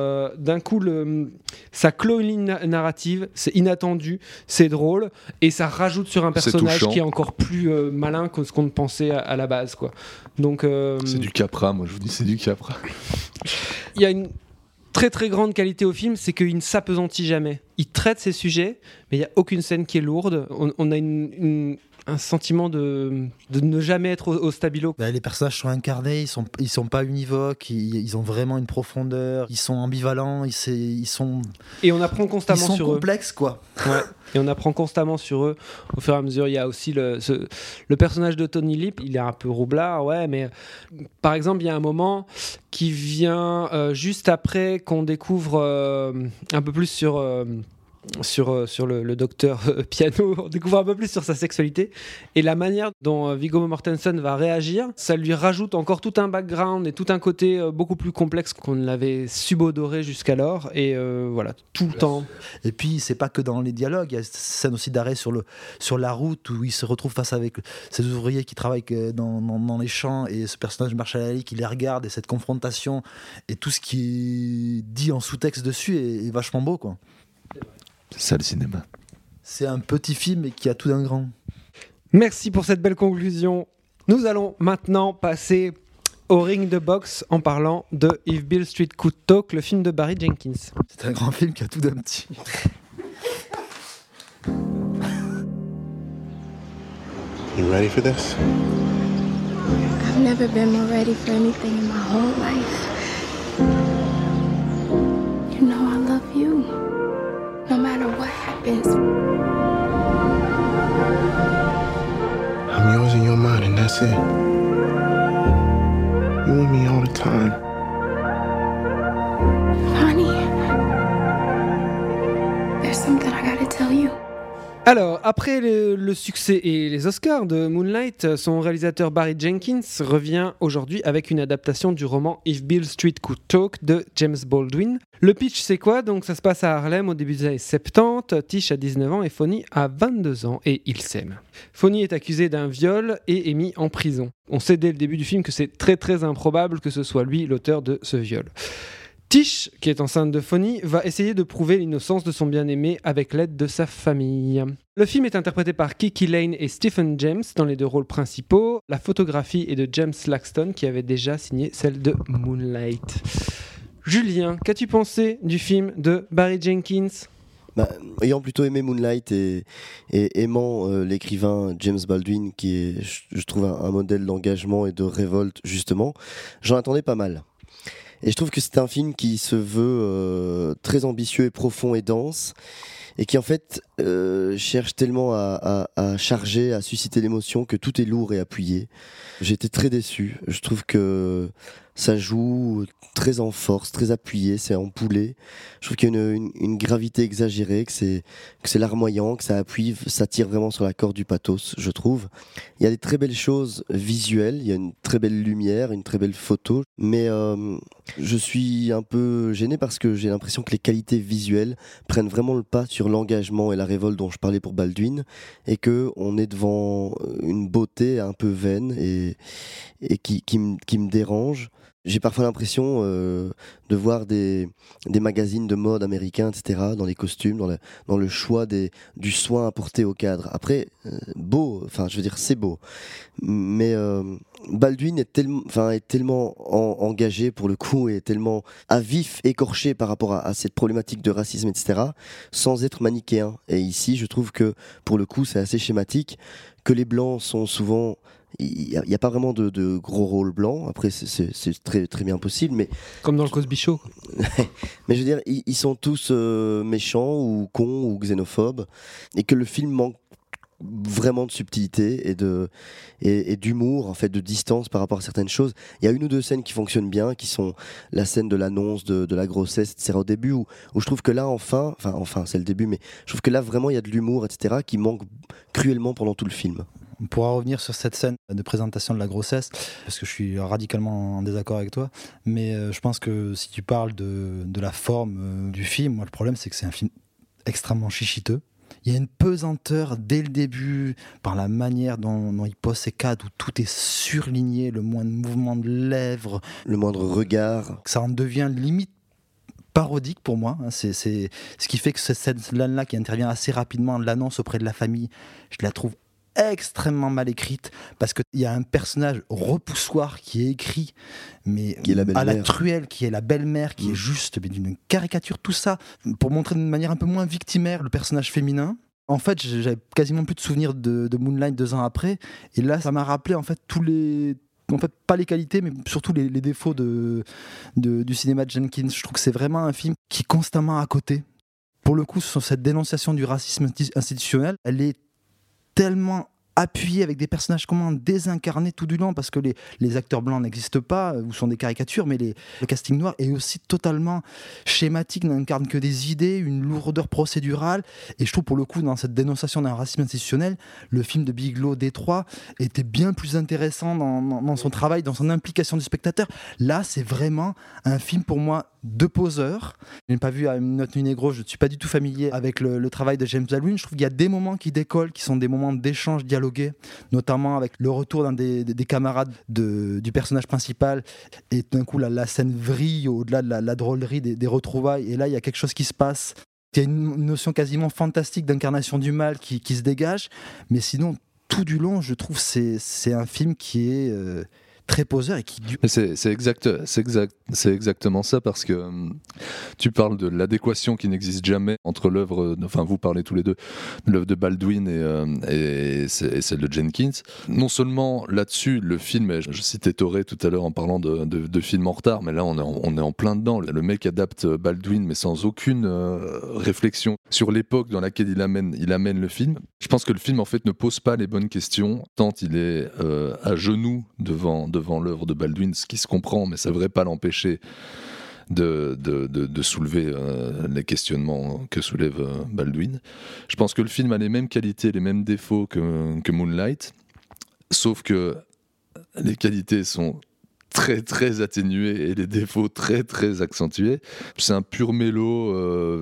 ça clôt une ligne narrative, c'est inattendu, c'est drôle, et ça rajoute sur un personnage qui est encore plus malin que ce qu'on pensait à la base, quoi. Donc c'est du Capra, moi je vous dis, c'est du Capra. Il y a une très très grande qualité au film, c'est qu'il ne s'appesantit jamais. Il traite ses sujets, mais il n'y a aucune scène qui est lourde. On a un sentiment de ne jamais être au stabilo. Les personnages sont incarnés, ils sont pas univoques, ils ont vraiment une profondeur, ils sont ambivalents, ils sont... Et on apprend constamment sur eux. Ils sont complexes, quoi. Ouais. Et on apprend constamment sur eux au fur et à mesure. Il y a aussi le personnage de Tony Lip, il est un peu roublard, ouais, mais par exemple, il y a un moment qui vient juste après qu'on découvre un peu plus sur le docteur piano, on découvre un peu plus sur sa sexualité et la manière dont Viggo Mortensen va réagir, ça lui rajoute encore tout un background et tout un côté beaucoup plus complexe qu'on ne l'avait subodoré jusqu'alors et voilà, tout le temps. Et puis c'est pas que dans les dialogues, il y a cette scène aussi d'arrêt sur la route où il se retrouve face avec ces ouvriers qui travaillent dans les champs et ce personnage Marshall Ali qui les regarde et cette confrontation et tout ce qui est dit en sous-texte dessus est vachement beau, quoi. C'est ça le cinéma. C'est un petit film qui a tout d'un grand. Merci pour cette belle conclusion. Nous allons maintenant passer au ring de boxe en parlant de If Beale Street Could Talk, le film de Barry Jenkins. C'est un grand film qui a tout d'un petit. You ready for this? I've never been more ready for anything in my whole life. You know I love you. No matter what happens. I'm yours and you're mine, and that's it. You and me all the time. Honey, there's something I gotta tell you. Alors, après le succès et les Oscars de Moonlight, son réalisateur Barry Jenkins revient aujourd'hui avec une adaptation du roman If Beale Street Could Talk de James Baldwin. Le pitch, c'est quoi ? Donc, ça se passe à Harlem au début des années 70. Tish a 19 ans et Fonny a 22 ans et ils s'aiment. Fonny est accusé d'un viol et est mis en prison. On sait dès le début du film que c'est très très improbable que ce soit lui l'auteur de ce viol. Tish, qui est enceinte de Fonny, va essayer de prouver l'innocence de son bien-aimé avec l'aide de sa famille. Le film est interprété par Kiki Lane et Stephen James dans les deux rôles principaux. La photographie est de James Laxton, qui avait déjà signé celle de Moonlight. Julien, qu'as-tu pensé du film de Barry Jenkins ? Ayant plutôt aimé Moonlight et aimant l'écrivain James Baldwin, qui est, je trouve, un modèle d'engagement et de révolte, justement, j'en attendais pas mal. Et je trouve que c'est un film qui se veut très ambitieux et profond et dense, et qui en fait cherche tellement à charger, à susciter l'émotion, que tout est lourd et appuyé. J'ai été très déçu. Je trouve que ça joue très en force, très appuyé, c'est empoulé. Je trouve qu'il y a une gravité exagérée, que c'est larmoyant, que ça appuie, ça tire vraiment sur la corde du pathos, je trouve. Il y a des très belles choses visuelles, il y a une très belle lumière, une très belle photo, mais je suis un peu gêné parce que j'ai l'impression que les qualités visuelles prennent vraiment le pas sur l'engagement et la révolte dont je parlais pour Baldwin, et qu'on est devant une beauté un peu vaine et qui me dérange. J'ai parfois l'impression de voir des magazines de mode américains, etc., dans les costumes, dans le choix du soin apporté au cadre. Après, beau, enfin, je veux dire, c'est beau. Mais Baldwin est tellement engagé, pour le coup, et tellement à vif, écorché par rapport à cette problématique de racisme, etc., sans être manichéen. Et ici, je trouve que, pour le coup, c'est assez schématique, que les Blancs sont souvent... Il n'y a pas vraiment de gros rôles blancs. Après, c'est très, très bien possible. Mais... Comme dans le Cosby Show. Mais je veux dire, ils sont tous méchants ou cons ou xénophobes. Et que le film manque vraiment de subtilité et d'humour, en fait, de distance par rapport à certaines choses. Il y a une ou deux scènes qui fonctionnent bien, qui sont la scène de l'annonce de la grossesse, etc., au début, où je trouve que là, enfin, c'est le début, mais je trouve que là, vraiment, il y a de l'humour, etc., qui manque cruellement pendant tout le film. On pourra revenir sur cette scène de présentation de la grossesse, parce que je suis radicalement en désaccord avec toi, mais je pense que si tu parles de la forme du film, moi le problème c'est que c'est un film extrêmement chichiteux. Il y a une pesanteur dès le début, par la manière dont il pose ses cadres, où tout est surligné, le moindre mouvement de lèvres, le moindre regard. Ça en devient limite parodique pour moi. C'est ce qui fait que cette scène-là qui intervient assez rapidement, l'annonce auprès de la famille, je la trouve extrêmement mal écrite, parce qu'il y a un personnage repoussoir qui est écrit, mais qui est à la truelle, qui est la belle-mère, qui est juste d'une caricature, tout ça, pour montrer d'une manière un peu moins victimaire le personnage féminin. En fait, j'avais quasiment plus de souvenirs de Moonlight 2 ans après, et là, ça m'a rappelé en fait pas les qualités, mais surtout les défauts du cinéma de Jenkins. Je trouve que c'est vraiment un film qui est constamment à côté. Pour le coup, sur cette dénonciation du racisme institutionnel, elle est tellement appuyé avec des personnages comment désincarnés tout du long, parce que les acteurs blancs n'existent pas ou sont des caricatures, mais le casting noir est aussi totalement schématique, n'incarne que des idées, une lourdeur procédurale. Et je trouve pour le coup, dans cette dénonciation d'un racisme institutionnel, le film de Bigelow Détroit était bien plus intéressant dans son travail, dans son implication du spectateur. Là, c'est vraiment un film pour moi de poseur. Je n'ai pas vu I'm Not Negro, je ne suis pas du tout familier avec le travail de James Baldwin. Je trouve qu'il y a des moments qui décollent, qui sont des moments d'échange dialogué, notamment avec le retour d'un des camarades du personnage principal, et d'un coup la scène vrille au-delà de la drôlerie des retrouvailles, et là il y a quelque chose qui se passe. Il y a une notion quasiment fantastique d'incarnation du mal qui se dégage, mais sinon tout du long je trouve c'est un film qui est très poseur et qui... C'est exactement ça, parce que tu parles de l'adéquation qui n'existe jamais entre l'œuvre, enfin vous parlez tous les deux, l'œuvre de Baldwin et celle de Jenkins. Non seulement là-dessus, le film, je citais Toré tout à l'heure en parlant de films en retard, mais là on est en plein dedans. Le mec adapte Baldwin, mais sans aucune réflexion sur l'époque dans laquelle il amène le film. Je pense que le film en fait ne pose pas les bonnes questions, tant il est à genoux devant l'œuvre de Baldwin, ce qui se comprend, mais ça ne devrait pas l'empêcher de soulever les questionnements que soulève Baldwin. Je pense que le film a les mêmes qualités, les mêmes défauts que Moonlight, sauf que les qualités sont très très atténuées et les défauts très très accentués. C'est un pur mélo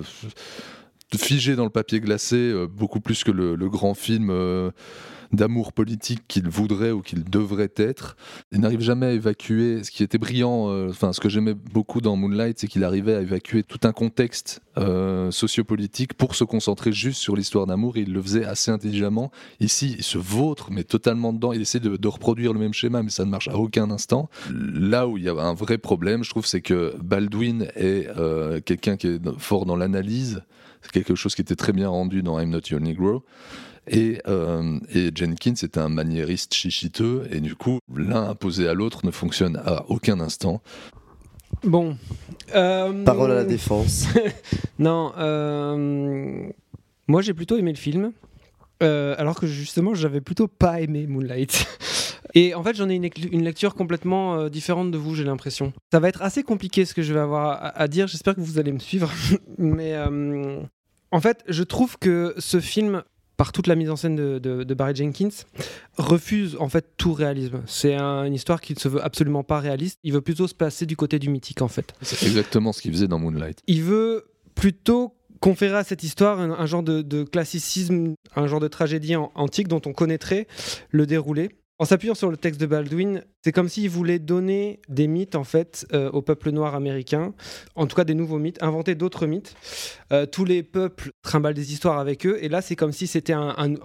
figé dans le papier glacé, beaucoup plus que le grand film d'amour politique qu'il voudrait ou qu'il devrait être. Il n'arrive jamais à évacuer. Ce qui était brillant, ce que j'aimais beaucoup dans Moonlight, c'est qu'il arrivait à évacuer tout un contexte sociopolitique pour se concentrer juste sur l'histoire d'amour, et il le faisait assez intelligemment. Ici, il se vautre, mais totalement dedans. Il essaie de reproduire le même schéma, mais ça ne marche à aucun instant. Là où il y a un vrai problème, je trouve, c'est que Baldwin est quelqu'un qui est fort dans l'analyse. C'est quelque chose qui était très bien rendu dans I'm Not Your Negro. Et Jenkins est un maniériste chichiteux, et du coup, l'un imposé à l'autre ne fonctionne à aucun instant. Bon. Parole à la défense. Non, moi j'ai plutôt aimé le film, alors que justement j'avais plutôt pas aimé Moonlight. Et en fait, j'en ai une lecture complètement différente de vous, j'ai l'impression. Ça va être assez compliqué ce que je vais avoir à dire, j'espère que vous allez me suivre. Mais en fait, je trouve que ce film, par toute la mise en scène de Barry Jenkins, refuse en fait tout réalisme. C'est une histoire qui ne se veut absolument pas réaliste. Il veut plutôt se placer du côté du mythique, en fait. C'est exactement ce qu'il faisait dans Moonlight. Il veut plutôt conférer à cette histoire un genre de classicisme, un genre de tragédie antique dont on connaîtrait le déroulé. En s'appuyant sur le texte de Baldwin, c'est comme s'il voulait donner des mythes en fait au peuple noir américain, en tout cas des nouveaux mythes, inventer d'autres mythes. Tous les peuples trimballent des histoires avec eux, et là c'est comme si c'était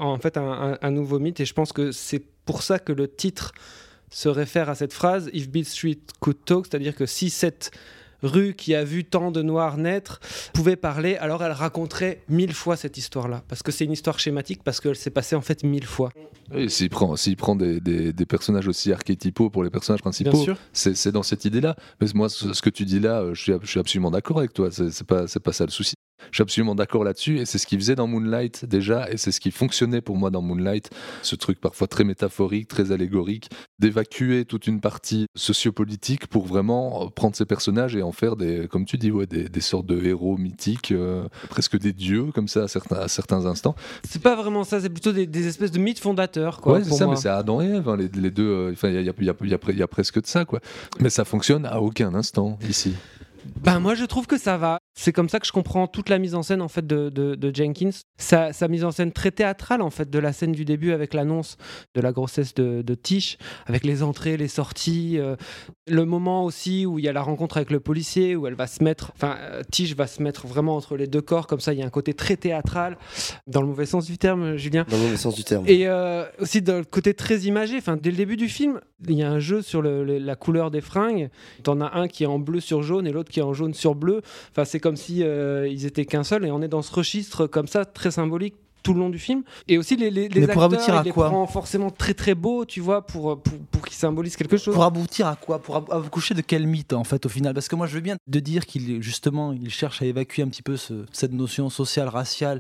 un nouveau mythe, et je pense que c'est pour ça que le titre se réfère à cette phrase « If Beale Street could talk », c'est-à-dire que si cette rue qui a vu tant de noirs naître pouvait parler, alors elle raconterait 1000 fois cette histoire-là, parce que c'est une histoire schématique, parce qu'elle s'est passée en fait 1000 fois. Et s'il prend des personnages aussi archétypaux pour les personnages principaux, c'est dans cette idée-là. Mais moi, ce que tu dis là, je suis absolument d'accord avec toi, c'est pas ça le souci. Je suis absolument d'accord là-dessus, et c'est ce qu'il faisait dans Moonlight déjà, et c'est ce qui fonctionnait pour moi dans Moonlight, ce truc parfois très métaphorique, très allégorique, d'évacuer toute une partie sociopolitique pour vraiment prendre ces personnages et en faire comme tu dis, des sortes de héros mythiques, presque des dieux comme ça à certains instants. C'est pas vraiment ça, c'est plutôt des espèces de mythes fondateurs, quoi. Ouais, c'est ça, mais c'est Adam et Ève, les deux. Il y a presque de ça, quoi. Mais ça fonctionne à aucun instant ici. Ben moi je trouve que ça va. C'est comme ça que je comprends toute la mise en scène en fait de Jenkins. Sa mise en scène très théâtrale en fait de la scène du début avec l'annonce de la grossesse de Tish, avec les entrées, les sorties, le moment aussi où il y a la rencontre avec le policier, où elle va se mettre, Tish va se mettre vraiment entre les deux corps comme ça. Il y a un côté très théâtral, dans le mauvais sens du terme, Julien. Dans le mauvais sens du terme. Et aussi dans le côté très imagé. Dès le début du film, il y a un jeu sur la couleur des fringues. T'en as un qui est en bleu sur jaune et l'autre qui est en jaune sur bleu. C'est comme si ils étaient qu'un seul, et on est dans ce registre comme ça très symbolique tout le long du film. Et aussi les acteurs, il les prend forcément très très beaux, tu vois, pour qu'ils symbolisent quelque chose. Pour aboutir à quoi? Pour accoucher de quel mythe en fait au final? Parce que moi je veux bien de dire qu'il cherche à évacuer un petit peu cette notion sociale, raciale,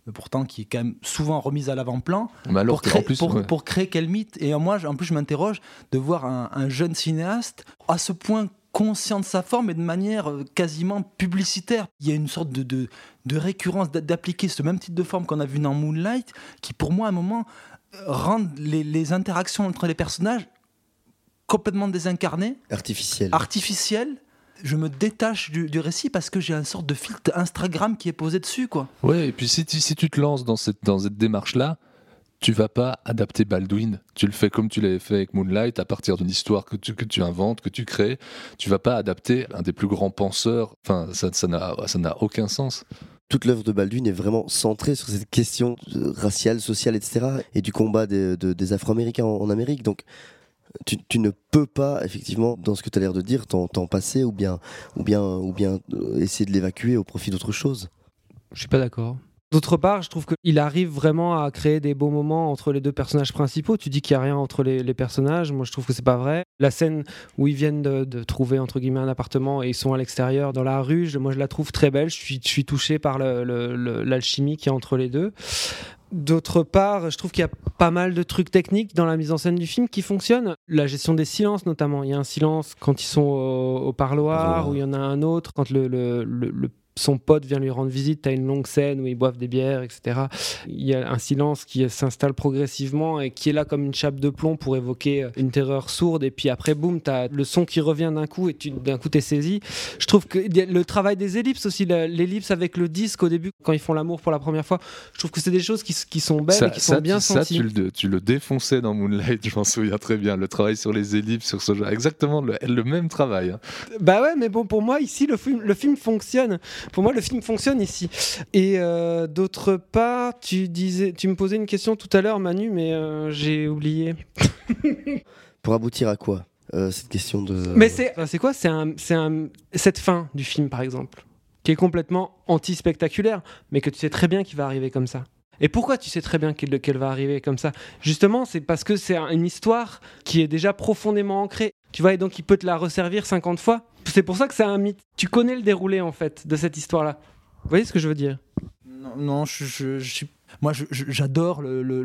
mais pourtant qui est quand même souvent remise à l'avant-plan, pour créer quel mythe. Et moi, en plus, je m'interroge de voir un jeune cinéaste à ce point conscient de sa forme et de manière quasiment publicitaire. Il y a une sorte de récurrence d'appliquer ce même type de forme qu'on a vu dans Moonlight, qui pour moi, à un moment, rendent les interactions entre les personnages complètement désincarnées. Artificielles. Je me détache du récit parce que j'ai une sorte de filtre Instagram qui est posé dessus, quoi. Ouais, et puis si tu te lances dans cette démarche-là, tu vas pas adapter Baldwin. Tu le fais comme tu l'avais fait avec Moonlight, à partir d'une histoire que tu inventes, que tu crées. Tu vas pas adapter un des plus grands penseurs. Enfin, ça n'a aucun sens. Toute l'œuvre de Baldwin est vraiment centrée sur cette question raciale, sociale, etc. et du combat des Afro-Américains en Amérique. Donc, tu ne peux pas, effectivement, dans ce que tu as l'air de dire, t'en passer ou bien essayer de l'évacuer au profit d'autre chose. Je suis pas d'accord. D'autre part, je trouve qu'il arrive vraiment à créer des beaux moments entre les deux personnages principaux. Tu dis qu'il n'y a rien entre les personnages. Moi, je trouve que c'est pas vrai. La scène où ils viennent de trouver, entre guillemets, un appartement et ils sont à l'extérieur, dans la rue, moi, je la trouve très belle. Je suis touché par l'alchimie qu'il y a entre les deux. D'autre part, je trouve qu'il y a pas mal de trucs techniques dans la mise en scène du film qui fonctionnent. La gestion des silences, notamment. Il y a un silence quand ils sont au parloir, où il y en a un autre, quand son pote vient lui rendre visite, t'as une longue scène où ils boivent des bières, etc. Il y a un silence qui s'installe progressivement et qui est là comme une chape de plomb pour évoquer une terreur sourde, et puis après, boum, t'as le son qui revient d'un coup et d'un coup t'es saisi. Je trouve que le travail des ellipses aussi, l'ellipse avec le disque au début, quand ils font l'amour pour la première fois, je trouve que c'est des choses qui sont belles et qui sont bien senties. Tu le défonçais dans Moonlight, je m'en souviens très bien, le travail sur les ellipses, sur ce genre, exactement le même travail. Hein. Bah ouais, mais bon, pour moi, ici, le film fonctionne. Pour moi, le film fonctionne ici. Et d'autre part, tu me posais une question tout à l'heure, Manu, mais j'ai oublié. Pour aboutir à quoi cette question de... Mais c'est quoi ? C'est cette fin du film, par exemple, qui est complètement anti-spectaculaire, mais que tu sais très bien qu'il va arriver comme ça. Et pourquoi tu sais très bien qu'elle va arriver comme ça ? Justement, c'est parce que c'est une histoire qui est déjà profondément ancrée. Tu vois, et donc il peut te la resservir 50 fois. C'est pour ça que c'est un mythe. Tu connais le déroulé, en fait, de cette histoire-là. Vous voyez ce que je veux dire ? Non, moi, j'adore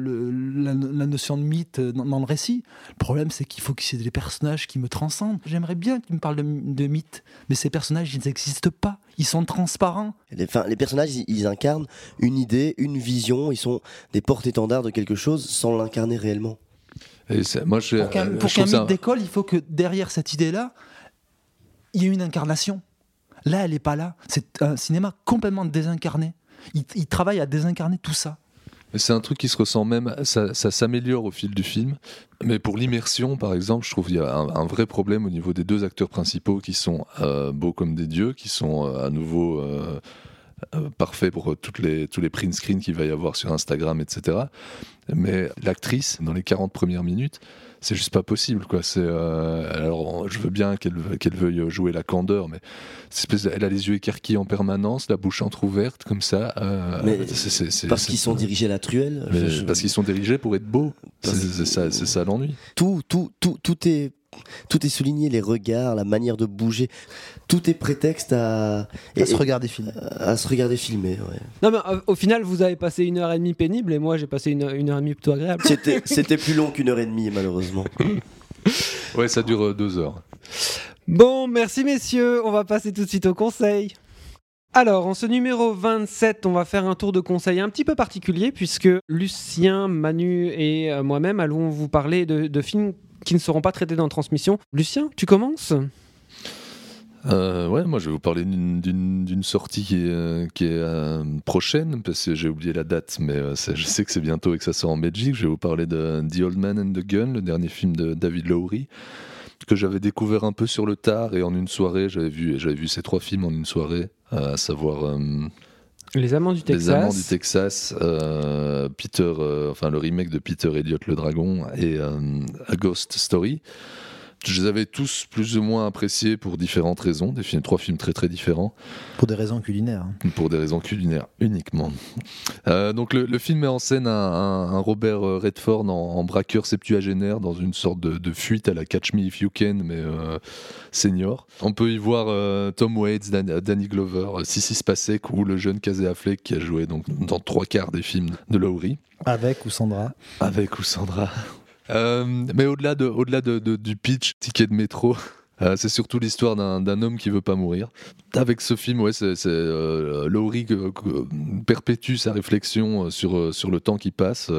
la notion de mythe dans le récit. Le problème, c'est qu'il faut qu'il y ait des personnages qui me transcendent. J'aimerais bien que tu me parles de mythe, mais ces personnages, ils n'existent pas. Ils sont transparents. Les personnages, ils incarnent une idée, une vision. Ils sont des porte-étendards de quelque chose sans l'incarner réellement. Et pour qu'un mythe décolle, il faut que derrière cette idée-là, il y ait une incarnation. Là, elle n'est pas là. C'est un cinéma complètement désincarné. Il travaille à désincarner tout ça. C'est un truc qui se ressent même, ça s'améliore au fil du film, mais pour l'immersion, par exemple, je trouve qu'il y a un vrai problème au niveau des deux acteurs principaux qui sont beaux comme des dieux, qui sont à nouveau parfaits pour tous les print screens qu'il va y avoir sur Instagram, etc. Mais l'actrice, dans les 40 premières minutes, c'est juste pas possible, quoi. Alors, je veux bien qu'elle veuille jouer la candeur, mais elle a les yeux écarquillés en permanence, la bouche entrouverte, comme ça. Parce qu'ils sont dirigés à la truelle. Parce qu'ils sont dirigés pour être beaux. C'est ça l'ennui. Tout est souligné, les regards, la manière de bouger. Tout est prétexte à se regarder filmer. À se regarder filmer, ouais. Non, mais au final, vous avez passé 1h30 pénible et moi, j'ai passé 1h30 plutôt agréable. C'était plus long qu'1h30, malheureusement. Ouais, ça dure 2 heures. Bon, merci messieurs. On va passer tout de suite au conseil. Alors, en ce numéro 27, on va faire un tour de conseil un petit peu particulier puisque Lucien, Manu et moi-même allons vous parler de films qui ne seront pas traités dans Transmission. Lucien, tu commences ? Ouais, moi je vais vous parler d'une sortie qui est prochaine, parce que j'ai oublié la date, mais je sais que c'est bientôt et que ça sort en Belgique. Je vais vous parler de The Old Man and the Gun, le dernier film de David Lowery, que j'avais découvert un peu sur le tard, et en une soirée, j'avais vu ces 3 films en une soirée, à savoir... Les Amants du Texas, Peter, le remake de Peter Elliott le Dragon et A Ghost Story. Je les avais tous plus ou moins appréciés pour différentes raisons, 3 films très très différents. Pour des raisons culinaires. Pour des raisons culinaires uniquement. Donc le film met en scène un Robert Redford en braqueur septuagénaire dans une sorte de fuite à la Catch Me If You Can, mais senior. On peut y voir Tom Waits, Danny Glover, Sissy Spacek ou le jeune Casey Affleck qui a joué donc, dans 3/4 des films de Lowry. Avec ou Sandra. Mais au-delà du pitch, ticket de métro, c'est surtout l'histoire d'un homme qui veut pas mourir. Avec ce film, Lowry perpétue sa réflexion sur le temps qui passe.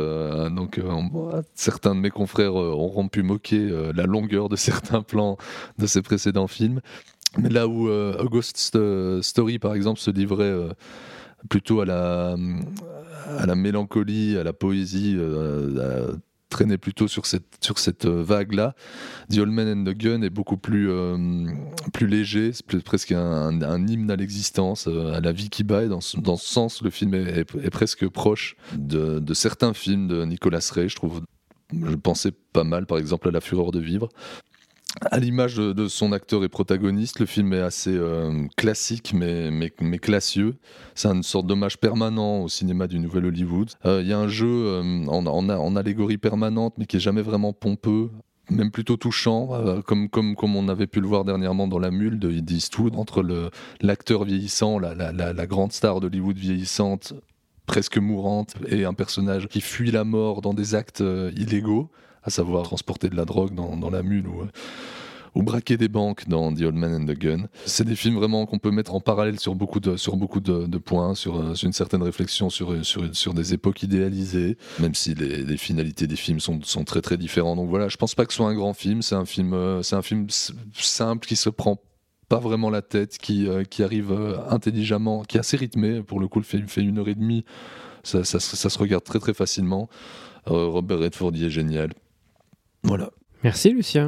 Certains de mes confrères auront pu moquer la longueur de certains plans de ses précédents films. Mais là où August Story, par exemple, se livrait plutôt à la mélancolie, à la poésie, traîner plutôt sur cette vague-là. The Old Man and the Gun est beaucoup plus léger, c'est presque un hymne à l'existence, à la vie qui bat, et dans ce sens, le film est presque proche de certains films de Nicolas Ray, je trouve. Je pensais pas mal, par exemple, à La Fureur de vivre. À l'image de son acteur et protagoniste, le film est assez classique mais classieux. C'est une sorte d'hommage permanent au cinéma du Nouvel Hollywood. Il y a un jeu en allégorie permanente mais qui est jamais vraiment pompeux, même plutôt touchant, comme on avait pu le voir dernièrement dans La Mule de Eastwood, entre l'acteur vieillissant, la grande star d'Hollywood vieillissante, presque mourante, et un personnage qui fuit la mort dans des actes illégaux, à savoir transporter de la drogue dans La Mule ou braquer des banques dans The Old Man and the Gun. C'est des films vraiment qu'on peut mettre en parallèle sur beaucoup de points, sur une certaine réflexion sur des époques idéalisées, même si les finalités des films sont très très différents. Donc voilà, je pense pas que ce soit un grand film, c'est un film simple qui se prend pas vraiment la tête, qui arrive intelligemment, qui est assez rythmé. Pour le coup, le film fait 1h30, ça se regarde très très facilement. Robert Redford y est génial. Voilà. Merci Lucien.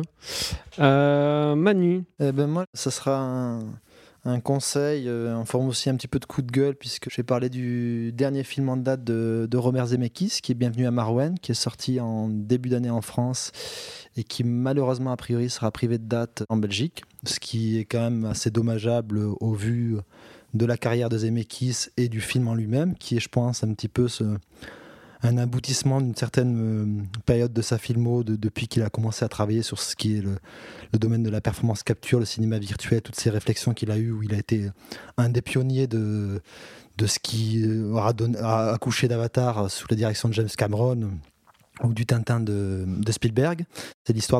Manu. Moi, ça sera un conseil en forme aussi un petit peu de coup de gueule, puisque j'ai parlé du dernier film en date de Robert Zemeckis, qui est Bienvenue à Marwen, qui est sorti en début d'année en France et qui malheureusement a priori sera privé de date en Belgique, ce qui est quand même assez dommageable au vu de la carrière de Zemeckis et du film en lui-même, qui est, je pense, un petit peu un aboutissement d'une certaine période de sa filmo depuis qu'il a commencé à travailler sur ce qui est le domaine de la performance capture, le cinéma virtuel, toutes ces réflexions qu'il a eues, où il a été un des pionniers de ce qui a accouché d'Avatar sous la direction de James Cameron ou du Tintin de Spielberg. C'est l'histoire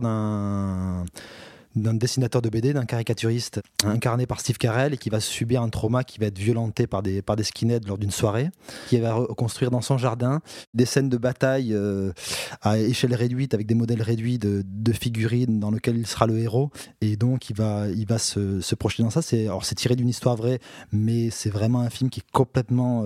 d'un dessinateur de BD, d'un caricaturiste incarné par Steve Carell, et qui va subir un trauma, qui va être violenté par des skinheads lors d'une soirée, qui va reconstruire dans son jardin des scènes de bataille à échelle réduite, avec des modèles réduits de figurines dans lesquelles il sera le héros, et donc il va se projeter dans ça. C'est tiré d'une histoire vraie, mais c'est vraiment un film qui est complètement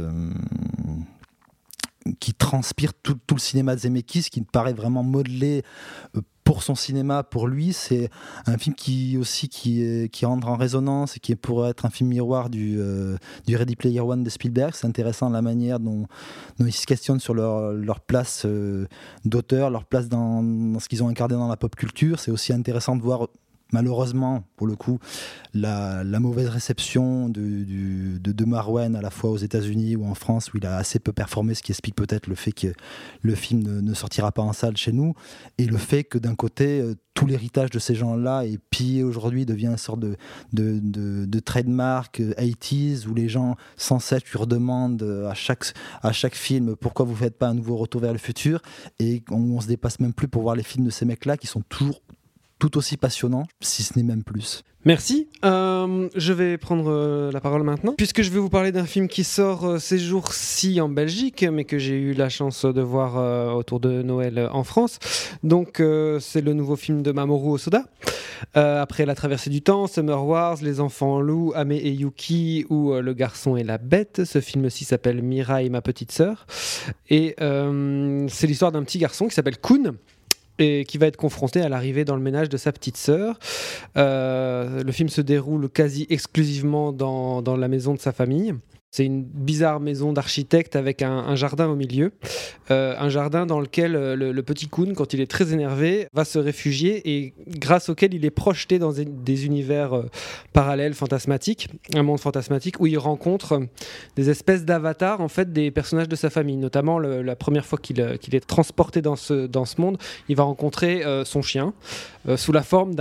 qui transpire tout le cinéma de Zemeckis, qui paraît vraiment modelé pour son cinéma, pour lui. C'est un film qui entre en résonance et qui pourrait être un film miroir du Ready Player One de Spielberg. C'est intéressant la manière dont ils se questionnent sur leur place d'auteur, leur place dans ce qu'ils ont incarné dans la pop culture. C'est aussi intéressant de voir, malheureusement, pour le coup, la mauvaise réception de Marwen, à la fois aux États-Unis ou en France, où il a assez peu performé, ce qui explique peut-être le fait que le film ne sortira pas en salle chez nous, et le fait que d'un côté, tout l'héritage de ces gens-là est pillé aujourd'hui, devient une sorte de trademark 80s, où les gens sans cesse lui redemandent à chaque film pourquoi vous ne faites pas un nouveau Retour vers le futur, et on se dépasse même plus pour voir les films de ces mecs-là qui sont toujours tout aussi passionnant, si ce n'est même plus. Merci. Je vais prendre la parole maintenant, puisque je vais vous parler d'un film qui sort ces jours-ci en Belgique, mais que j'ai eu la chance de voir autour de Noël en France. Donc, c'est le nouveau film de Mamoru Hosoda. Après La Traversée du Temps, Summer Wars, Les Enfants Loups, Ame et Yuki ou Le Garçon et la Bête. Ce film-ci s'appelle Mirai, ma petite sœur. Et c'est l'histoire d'un petit garçon qui s'appelle Kun, et qui va être confronté à l'arrivée dans le ménage de sa petite sœur. Le film se déroule quasi exclusivement dans la maison de sa famille. C'est une bizarre maison d'architecte avec un jardin au milieu. Un jardin dans lequel le petit Kun, quand il est très énervé, va se réfugier et grâce auquel il est projeté dans des univers parallèles, fantasmatiques, un monde fantasmatique où il rencontre des espèces d'avatars, en fait, des personnages de sa famille. Notamment, la première fois qu'il est transporté dans ce monde, il va rencontrer son chien sous la forme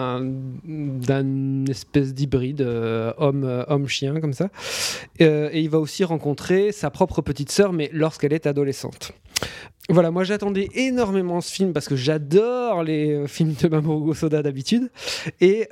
d'un espèce d'hybride homme-chien, comme ça. Et il va aussi rencontrer sa propre petite sœur, mais lorsqu'elle est adolescente. Voilà, moi j'attendais énormément ce film parce que j'adore les films de Mamoru Hosoda d'habitude. Et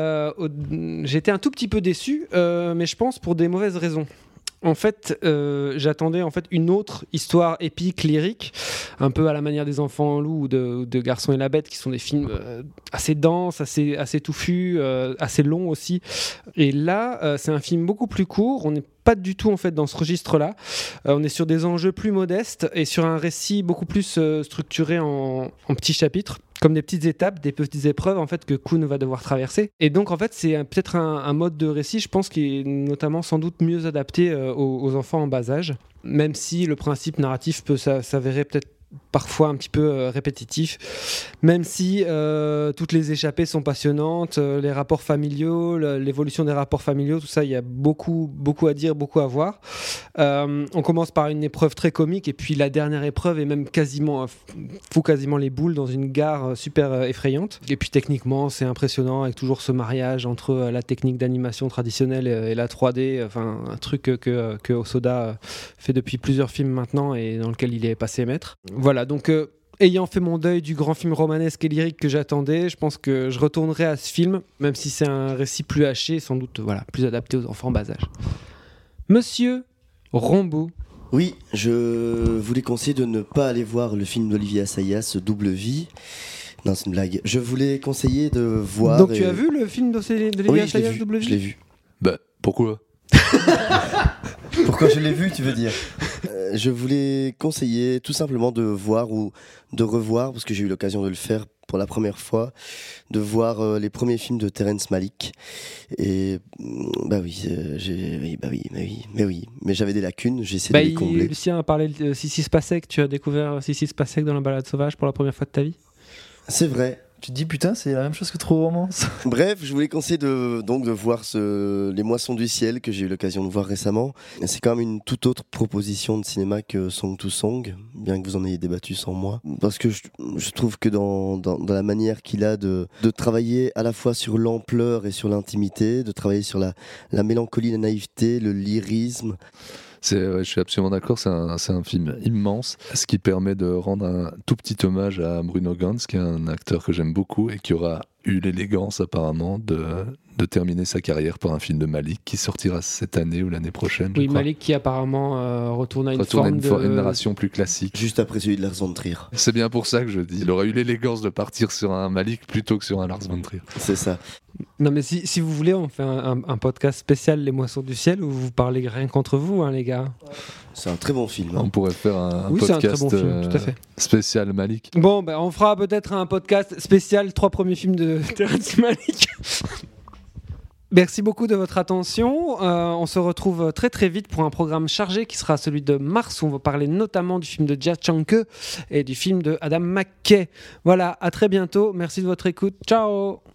j'étais un tout petit peu déçu, mais je pense pour des mauvaises raisons. En fait, j'attendais une autre histoire épique, lyrique, un peu à la manière des Enfants loups ou de Garçon et la Bête, qui sont des films assez denses, assez touffus, assez longs aussi. Et là, c'est un film beaucoup plus court. On n'est pas du tout en fait dans ce registre-là. On est sur des enjeux plus modestes et sur un récit beaucoup plus structuré en petits chapitres, comme des petites étapes, des petites épreuves en fait que Kun va devoir traverser. Et donc en fait c'est peut-être un mode de récit, je pense, qui est notamment sans doute mieux adapté aux enfants en bas âge, même si le principe narratif peut s'avérer peut-être parfois un petit peu répétitif, même si toutes les échappées sont passionnantes, les rapports familiaux, l'évolution des rapports familiaux, tout ça, il y a beaucoup à dire, beaucoup à voir. On commence par une épreuve très comique et puis la dernière épreuve est même fout quasiment les boules dans une gare super effrayante. Et puis techniquement, c'est impressionnant avec toujours ce mariage entre la technique d'animation traditionnelle et la 3D, enfin un truc que Hosoda fait depuis plusieurs films maintenant et dans lequel il est passé maître. Voilà, donc ayant fait mon deuil du grand film romanesque et lyrique que j'attendais, je pense que je retournerai à ce film, même si c'est un récit plus haché, sans doute plus adapté aux enfants bas âge. Monsieur Rombaud. Oui, je voulais conseiller de ne pas aller voir le film d'Olivier Assayas, Double Vie. Non, c'est une blague. Je voulais conseiller de voir... Donc tu as vu le film d'Olivier Assayas, Double Vie ? Je l'ai vu. Bah, pourquoi ? Pourquoi je l'ai vu, tu veux dire ? Je voulais conseiller tout simplement de voir ou de revoir, parce que j'ai eu l'occasion de le faire pour la première fois, de voir les premiers films de Terrence Malick. Et mais j'avais des lacunes, j'ai essayé de les combler. Lucien a parlé de Sissi Spacek, tu as découvert Sissi Spacek dans La Balade sauvage pour la première fois de ta vie ? C'est vrai. Tu te dis putain, c'est la même chose que True Romance. Bref, je voulais conseiller de voir Les Moissons du ciel que j'ai eu l'occasion de voir récemment. C'est quand même une toute autre proposition de cinéma que Song to Song, bien que vous en ayez débattu sans moi. Parce que je trouve que dans la manière qu'il a de travailler à la fois sur l'ampleur et sur l'intimité, de travailler sur la mélancolie, la naïveté, le lyrisme. Je suis absolument d'accord, c'est un film immense, ce qui permet de rendre un tout petit hommage à Bruno Ganz, qui est un acteur que j'aime beaucoup et qui aura eu l'élégance apparemment de terminer sa carrière par un film de Malick qui sortira cette année ou l'année prochaine. Oui, Malick qui apparemment retourne à une narration plus classique. Juste après celui de Lars von Trier. C'est bien pour ça que je dis, il aurait eu l'élégance de partir sur un Malick plutôt que sur un Lars von Trier. C'est ça. Non mais si vous voulez, on fait un podcast spécial Les Moissons du ciel où vous parlez rien qu'entre vous, hein, les gars. C'est un très bon film. On pourrait faire un podcast c'est un très bon film, tout à fait. Spécial Malick. Bon, on fera peut-être un podcast spécial 3 premiers films de Terrence Malick. Merci beaucoup de votre attention. On se retrouve très très vite pour un programme chargé qui sera celui de mars où on va parler notamment du film de Jia Changke et du film de Adam McKay. Voilà, à très bientôt. Merci de votre écoute. Ciao.